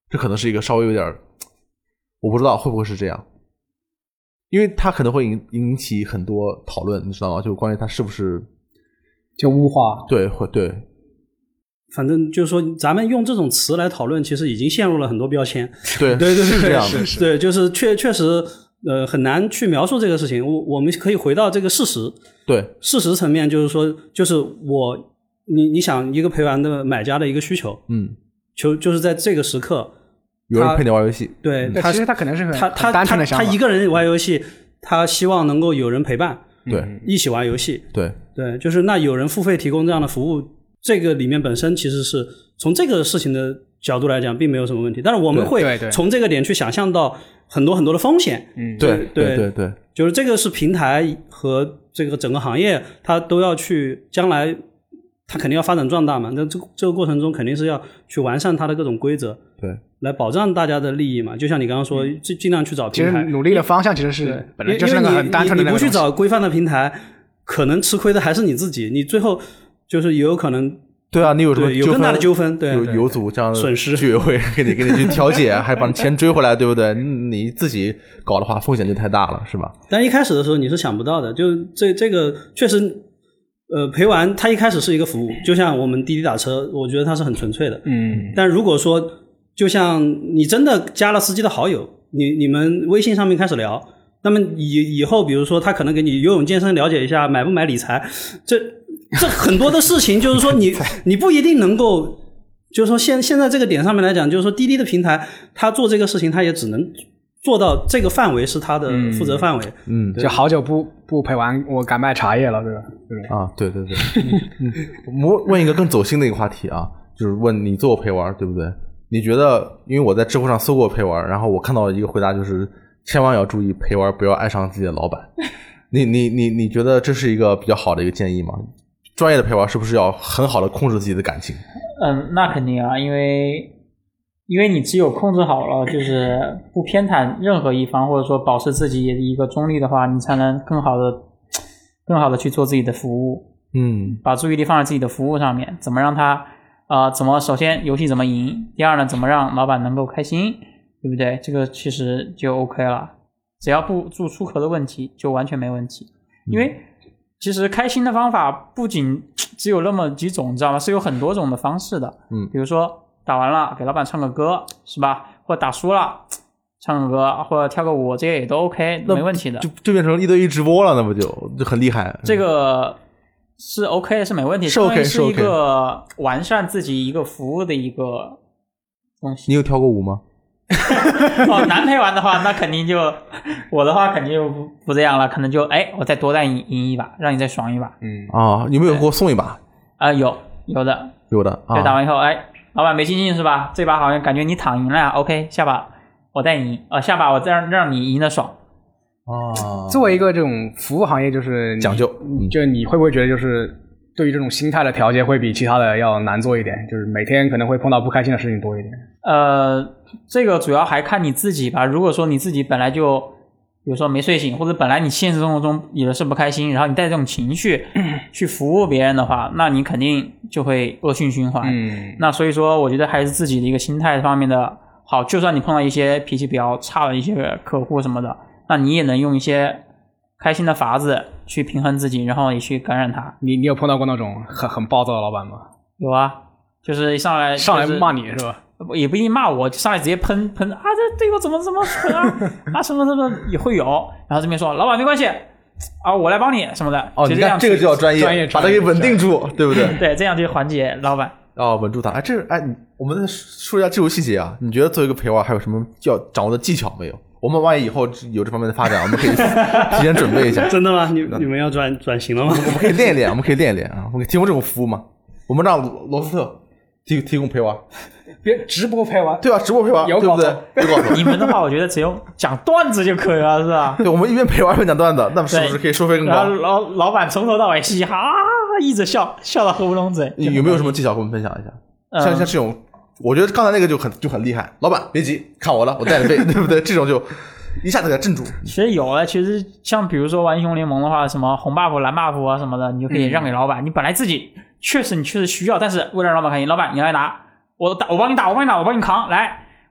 这可能是一个稍微有点，我不知道会不会是这样，因为它可能会引引起很多讨论，你知道吗？就关于它是不是就物化， 对，会对。 反正就是说，咱们用这种词来讨论，其实已经陷入了很多标签。 对对对对， 是这样的， 是是对，就是确确实，呃，很难去描述这个事情。我我们可以回到这个事实。 对， 事实层面就是说，就是我，你你想一个陪玩的买家的一个需求， 嗯， 就就是在这个时刻， 有人陪你玩游戏， 对，他其实他可能是很他他很单纯的想法， 他一个人玩游戏，他希望能够有人陪伴， 对， 一起玩游戏， 对对，就是那有人付费提供这样的服务。这个里面本身其实是从这个事情的角度来讲并没有什么问题，但是我们会从这个点去想象到很多很多的风险。 嗯，对对对对， 就是这个是平台和这个整个行业它都要去将来它肯定要发展壮大嘛，那这个这个过程中肯定是要去完善它的各种规则， 对， 来保障大家的利益嘛。就像你刚刚说，尽尽量去找平台， 其实努力的方向其实是本来就是那个很单纯的那个东西， 你不去找规范的平台，可能吃亏的还是你自己，你最后就是也有可能。 对啊，你有什么有更大的纠纷？对， 有有组这样的损失， 居委会给你给你去调解，还把钱追回来，对不对？你自己搞的话，风险就太大了，是吧？ 但一开始的时候你是想不到的，就这这个确实，呃，陪玩它一开始是一个服务，就像我们滴滴打车，我觉得它是很纯粹的。 嗯。 但如果说，就像你真的加了司机的好友，你你们微信上面开始聊，那么以以后比如说他可能给你游泳健身了解一下，买不买理财，这。这很多的事情就是说你你不一定能够，就是说现现在这个点上面来讲，就是说滴滴的平台他做这个事情他也只能做到这个范围是他的负责范围。 嗯， 就好久不不陪玩，我敢卖茶叶了，对吧？对啊，对对对。嗯，我问一个更走心的一个话题啊，就是问你做过陪玩对不对？你觉得，因为我在知乎上搜过陪玩，然后我看到一个回答就是千万要注意陪玩不要爱上自己的老板。你你你你觉得这是一个比较好的一个建议吗？专业的陪玩是不是要很好的控制自己的感情？ 嗯，那肯定啊，因为因为你只有控制好了，就是不偏袒任何一方，或者说保持自己的一个中立的话，你才能更好的更好的去做自己的服务。 嗯， 把注意力放在自己的服务上面，怎么让他呃怎么首先游戏怎么赢，第二呢怎么让老板能够开心，对不对？这个其实就 OK 了，只要不出出口的问题就完全没问题。因为其实开心的方法不仅只有那么几种，你知道吗？是有很多种的方式的。 嗯， 比如说打完了给老板唱个歌，是吧？或者打输了唱个歌，或者跳个舞，这些也都 OK， 没问题的。 就就变成一对一直播了，那不就就很厉害？ 这个是 OK， 是没问题， 是 OK， 是一个完善自己一个服务的一个东西。 你有跳过舞吗？ 哦，男陪玩的话，那肯定就我的话肯定就不不这样了，可能就哎，我再多带赢赢一把，让你再爽一把。 嗯啊，有没有给我送一把？ 啊、呃，有有的有的。 对，打完以后，哎，老板没信心是吧？这把好像感觉你躺赢了呀 ，OK， 下把我带你赢，呃，下把我再让让你赢的爽。 哦， 作为一个这种服务行业，就是讲究， 就你会不会觉得就是对于这种心态的调节会比其他的要难做一点？就是每天可能会碰到不开心的事情多一点。 呃，这个主要还看你自己吧。如果说你自己本来就，比如说没睡醒，或者本来你现实生活中有的是不开心，然后你带这种情绪去服务别人的话，那你肯定就会恶性循环。 嗯， 那所以说，我觉得还是自己的一个心态方面的好。就算你碰到一些脾气比较差的一些客户什么的，那你也能用一些开心的法子去平衡自己，然后也去感染他。 你你有碰到过那种很很暴躁的老板吗？ 有啊，就是一上来、就是、 上来骂你是吧？ 也不一定骂我，就上来直接喷喷啊，这对我怎么怎么蠢啊啊什么什么也会有。然后这边说老板没关系啊，我来帮你什么的。 哦，你看这个就叫专业，专业把它给稳定住，对不对？ 对，这样就缓解老板。 哦，稳住他。哎，这哎，我们说一下技术细节啊。你觉得作为一个陪玩还有什么要掌握的技巧没有？我们万一以后有这方面的发展，我们可以提前准备一下。 真的吗？你你们要转转型了吗？ 我们可以练一练，我们可以练一练啊。我们可以提供这种服务嘛？我们让罗斯特提提供陪玩， 别直播陪玩， 对吧？直播陪玩，对不对？有搞头。 你们的话，我觉得只用讲段子就可以了，是吧？ 对，我们一边陪玩一边讲段子，那是不是可以收费更高？ 然后老老板从头到尾嘻嘻哈哈一直笑，笑到合不拢嘴。 你有没有什么技巧跟我们分享一下？嗯、像像这种，我觉得刚才那个就很就很厉害。老板别急，看我的，我带你飞，对不对？这种就一下子给他镇住。 其实有啊，其实像比如说玩英雄联盟的话，什么红 buff 蓝 buff 啊什么的，你就可以让给老板。嗯、你本来自己确实你确实需要，但是为了让老板开心，老板你来拿，我打我帮你打，我帮你打，我帮你扛，来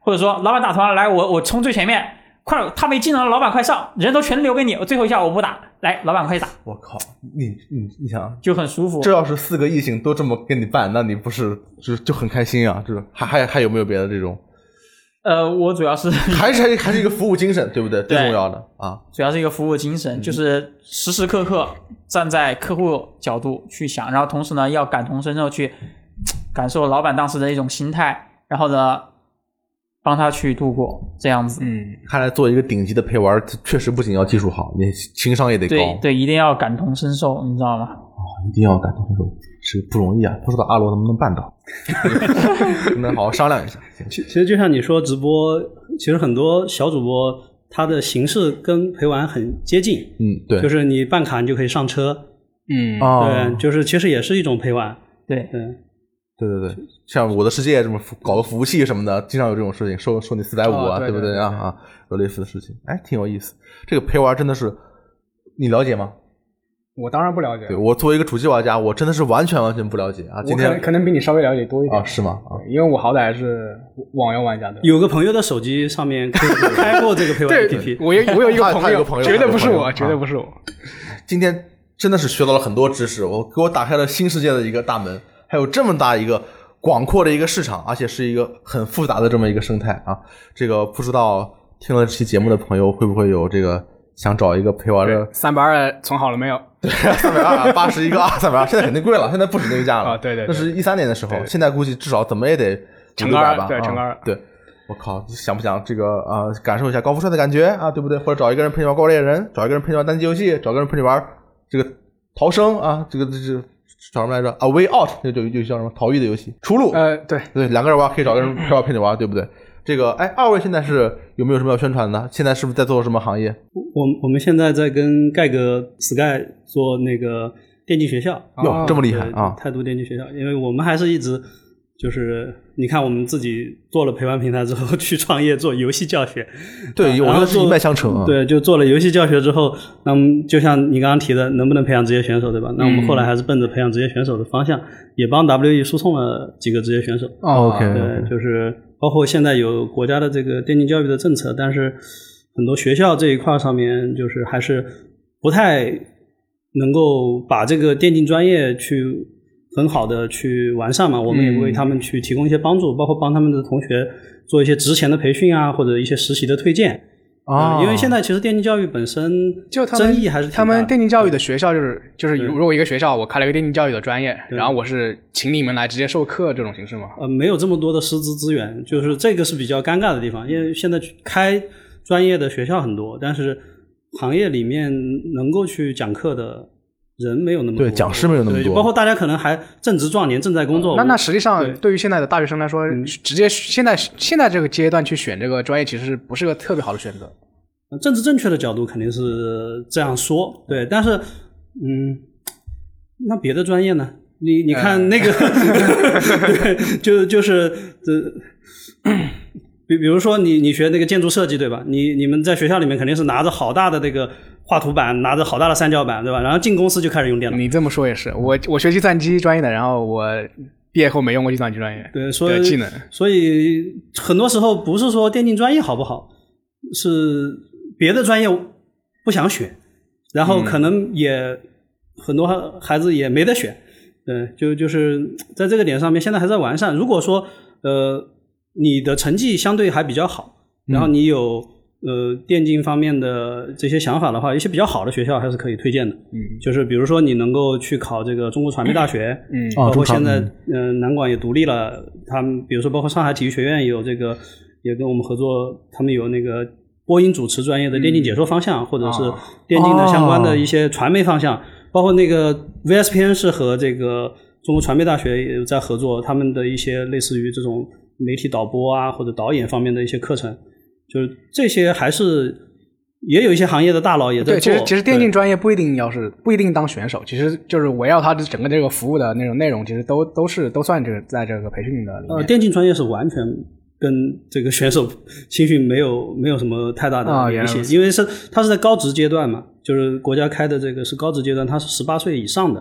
或者说老板打团了，来我我冲最前面，快他没技能了，老板快上，人都全留给你，我最后一下我不打，来老板快打。 我靠，你你你想就很舒服。 这要是四个异性都这么跟你办，那你不是就就很开心啊？这还还还有没有别的这种？ 呃，我主要是还是还是一个服务精神，对不对？最重要的啊， 主要是一个服务精神，就是时时刻刻站在客户角度去想，然后同时呢要感同身受去感受老板当时的一种心态，然后呢帮他去度过这样子。 嗯， 看来做一个顶级的陪玩，确实不仅要技术好，你情商也得高。 对对，一定要感同身受，你知道吗？ 哦，一定要感同身受，是不容易啊！不知道阿罗能不能办到，能不能好好商量一下。 其其实就像你说直播，其实很多小主播他的形式跟陪玩很接近。 嗯，对， 就是你办卡你就可以上车。 嗯， 对，就是其实也是一种陪玩。 对对。 对对对，像我的世界这么搞个服务器什么的，经常有这种事情，收收你四百五啊， 哦、对不对啊？啊，有类似的事情，哎，挺有意思。这个陪玩真的是，你了解吗？ 我当然不了解。 对，我作为一个主机玩家，我真的是完全完全不了解啊。今天我可能可能比你稍微了解多一点啊，是吗？啊， 因为我好歹是网游玩家的。 有个朋友的手机上面开过这个陪玩 A P P， 我有我有一个朋友， 朋友绝对不是我， 啊、 绝对不是我。 今天真的是学到了很多知识，我给我打开了新世界的一个大门，还有这么大一个广阔的一个市场，而且是一个很复杂的这么一个生态啊！这个不知道听了这期节目的朋友会不会有这个想找一个陪玩的？ 三百二存好了没有？ 对，三百二八十一个啊，三百二，现在肯定贵了，现在不止那个价了。 啊，对 对, 对， 那是一三年的时候， 对对现在估计至少怎么也得乘个二吧？ 对，乘个二、 啊。对，我靠，想不想这个啊、呃？感受一下高富帅的感觉啊，对不对？或者找一个人陪你玩怪物猎人，找一个人陪你玩单机游戏，找一个人陪你玩这个逃生啊，这个这是。叫什么来着 ？A Way Out 那个游戏叫什么？逃逸的游戏，出路。 呃，对对，两个人玩可以找个人陪玩陪你玩，对不对？这个，哎，二位现在是有没有什么要宣传的？现在是不是在做什么行业？ 我我们现在在跟盖哥 Sky 做那个电竞学校。 哟、 哦， 这么厉害啊！ 态度电竞学校，因为我们还是一直就是你看我们自己做了陪玩平台之后去创业做游戏教学。 对，我觉得是一脉相承啊。 对，就做了游戏教学之后，那么就像你刚刚提的，能不能培养职业选手，对吧？那我们后来还是奔着培养职业选手的方向，也帮 W E 输送了几个职业选手。 哦、OK， 对，就是包括现在有国家的这个电竞教育的政策，但是很多学校这一块上面就是还是不太能够把这个电竞专业去很好的去完善嘛，我们也为他们去提供一些帮助，嗯、包括帮他们的同学做一些职前的培训啊，或者一些实习的推荐。 啊、 嗯，因为现在其实电竞教育本身就他们争议还是挺大的。 他们电竞教育的学校就是就是如果一个学校我开了一个电竞教育的专业，然后我是请你们来直接授课这种形式吗？ 呃，没有这么多的师资资源，就是这个是比较尴尬的地方，因为现在开专业的学校很多，但是行业里面能够去讲课的人没有那么多， 对，讲师没有那么多， 包括大家可能还正值壮年，正在工作。 那那实际上对，对于现在的大学生来说，嗯、直接现在现在这个阶段去选这个专业，其实不是个特别好的选择。 政治正确的角度肯定是这样说，对，但是，嗯，那别的专业呢？你你看那个，对，就就是这。比比如说你你学那个建筑设计对吧？你你们在学校里面肯定是拿着好大的那个画图板，拿着好大的三角板对吧？然后进公司就开始用电脑。 你这么说也是，我我学计算机专业的，然后我毕业后没用过计算机专业， 对，所以技能， 所以很多时候不是说电竞专业好不好，是别的专业不想选，然后可能也、嗯、很多孩子也没得选，对，就就是在这个点上面，现在还在完善。如果说呃。你的成绩相对还比较好，然后你有、嗯、呃电竞方面的这些想法的话，一些比较好的学校还是可以推荐的。嗯，就是比如说你能够去考这个中国传媒大学，嗯，包括现在嗯、呃、南广也独立了，他们比如说包括上海体育学院有这个也跟我们合作，他们有那个播音主持专业的电竞解说方向，嗯、或者是电竞的相关的一些传媒方向，哦、包括那个 V S P N 是和这个中国传媒大学也有在合作，他们的一些类似于这种媒体导播啊或者导演方面的一些课程，就是这些还是也有一些行业的大佬也在做。 对，其实其实电竞专业不一定要是不一定当选手，其实就是围绕他的整个这个服务的那种内容，其实都都是都算这个在这个培训的里面。 呃，电竞专业是完全跟这个选手青训没有没有什么太大的联系，啊、因为是他是在高职阶段嘛，就是国家开的这个是高职阶段，他是十八岁以上的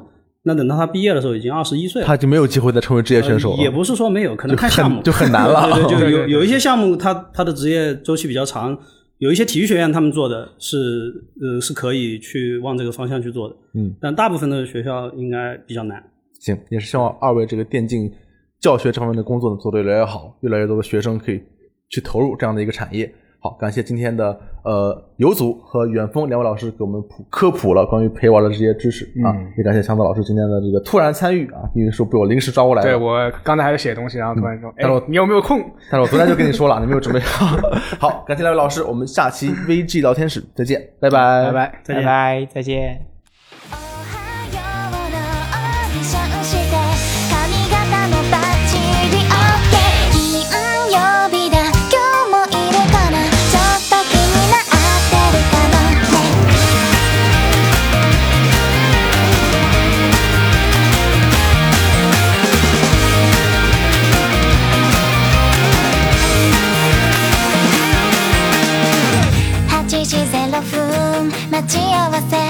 那等到他毕业的时候已经二十一岁了， 他就没有机会再成为职业选手了、 呃、也不是说没有，可能看项目就 很, 就很难了。 对对，就有有一些项目他他的职业周期比较长，有一些体育学院他们做的是呃是可以去往这个方向去做的， 嗯， 但大部分的学校应该比较难。 行，也是希望二位这个电竞教学这方面的工作呢做得越来越好，越来越多的学生可以去投入这样的一个产业。好，感谢今天的呃游组和远峰两位老师给我们普科普了关于陪玩的这些知识、嗯、啊，也感谢强子老师今天的这个突然参与啊，因为是被我临时抓过来的。 对，我刚才还在写东西，然后突然说，哎、嗯，你有没有空？ 但是我昨天就跟你说了，你没有准备好。好，感谢两位老师，我们下期 V G 聊天室再见，拜拜， 拜拜， 再见，拜拜，再见。待ち合わせ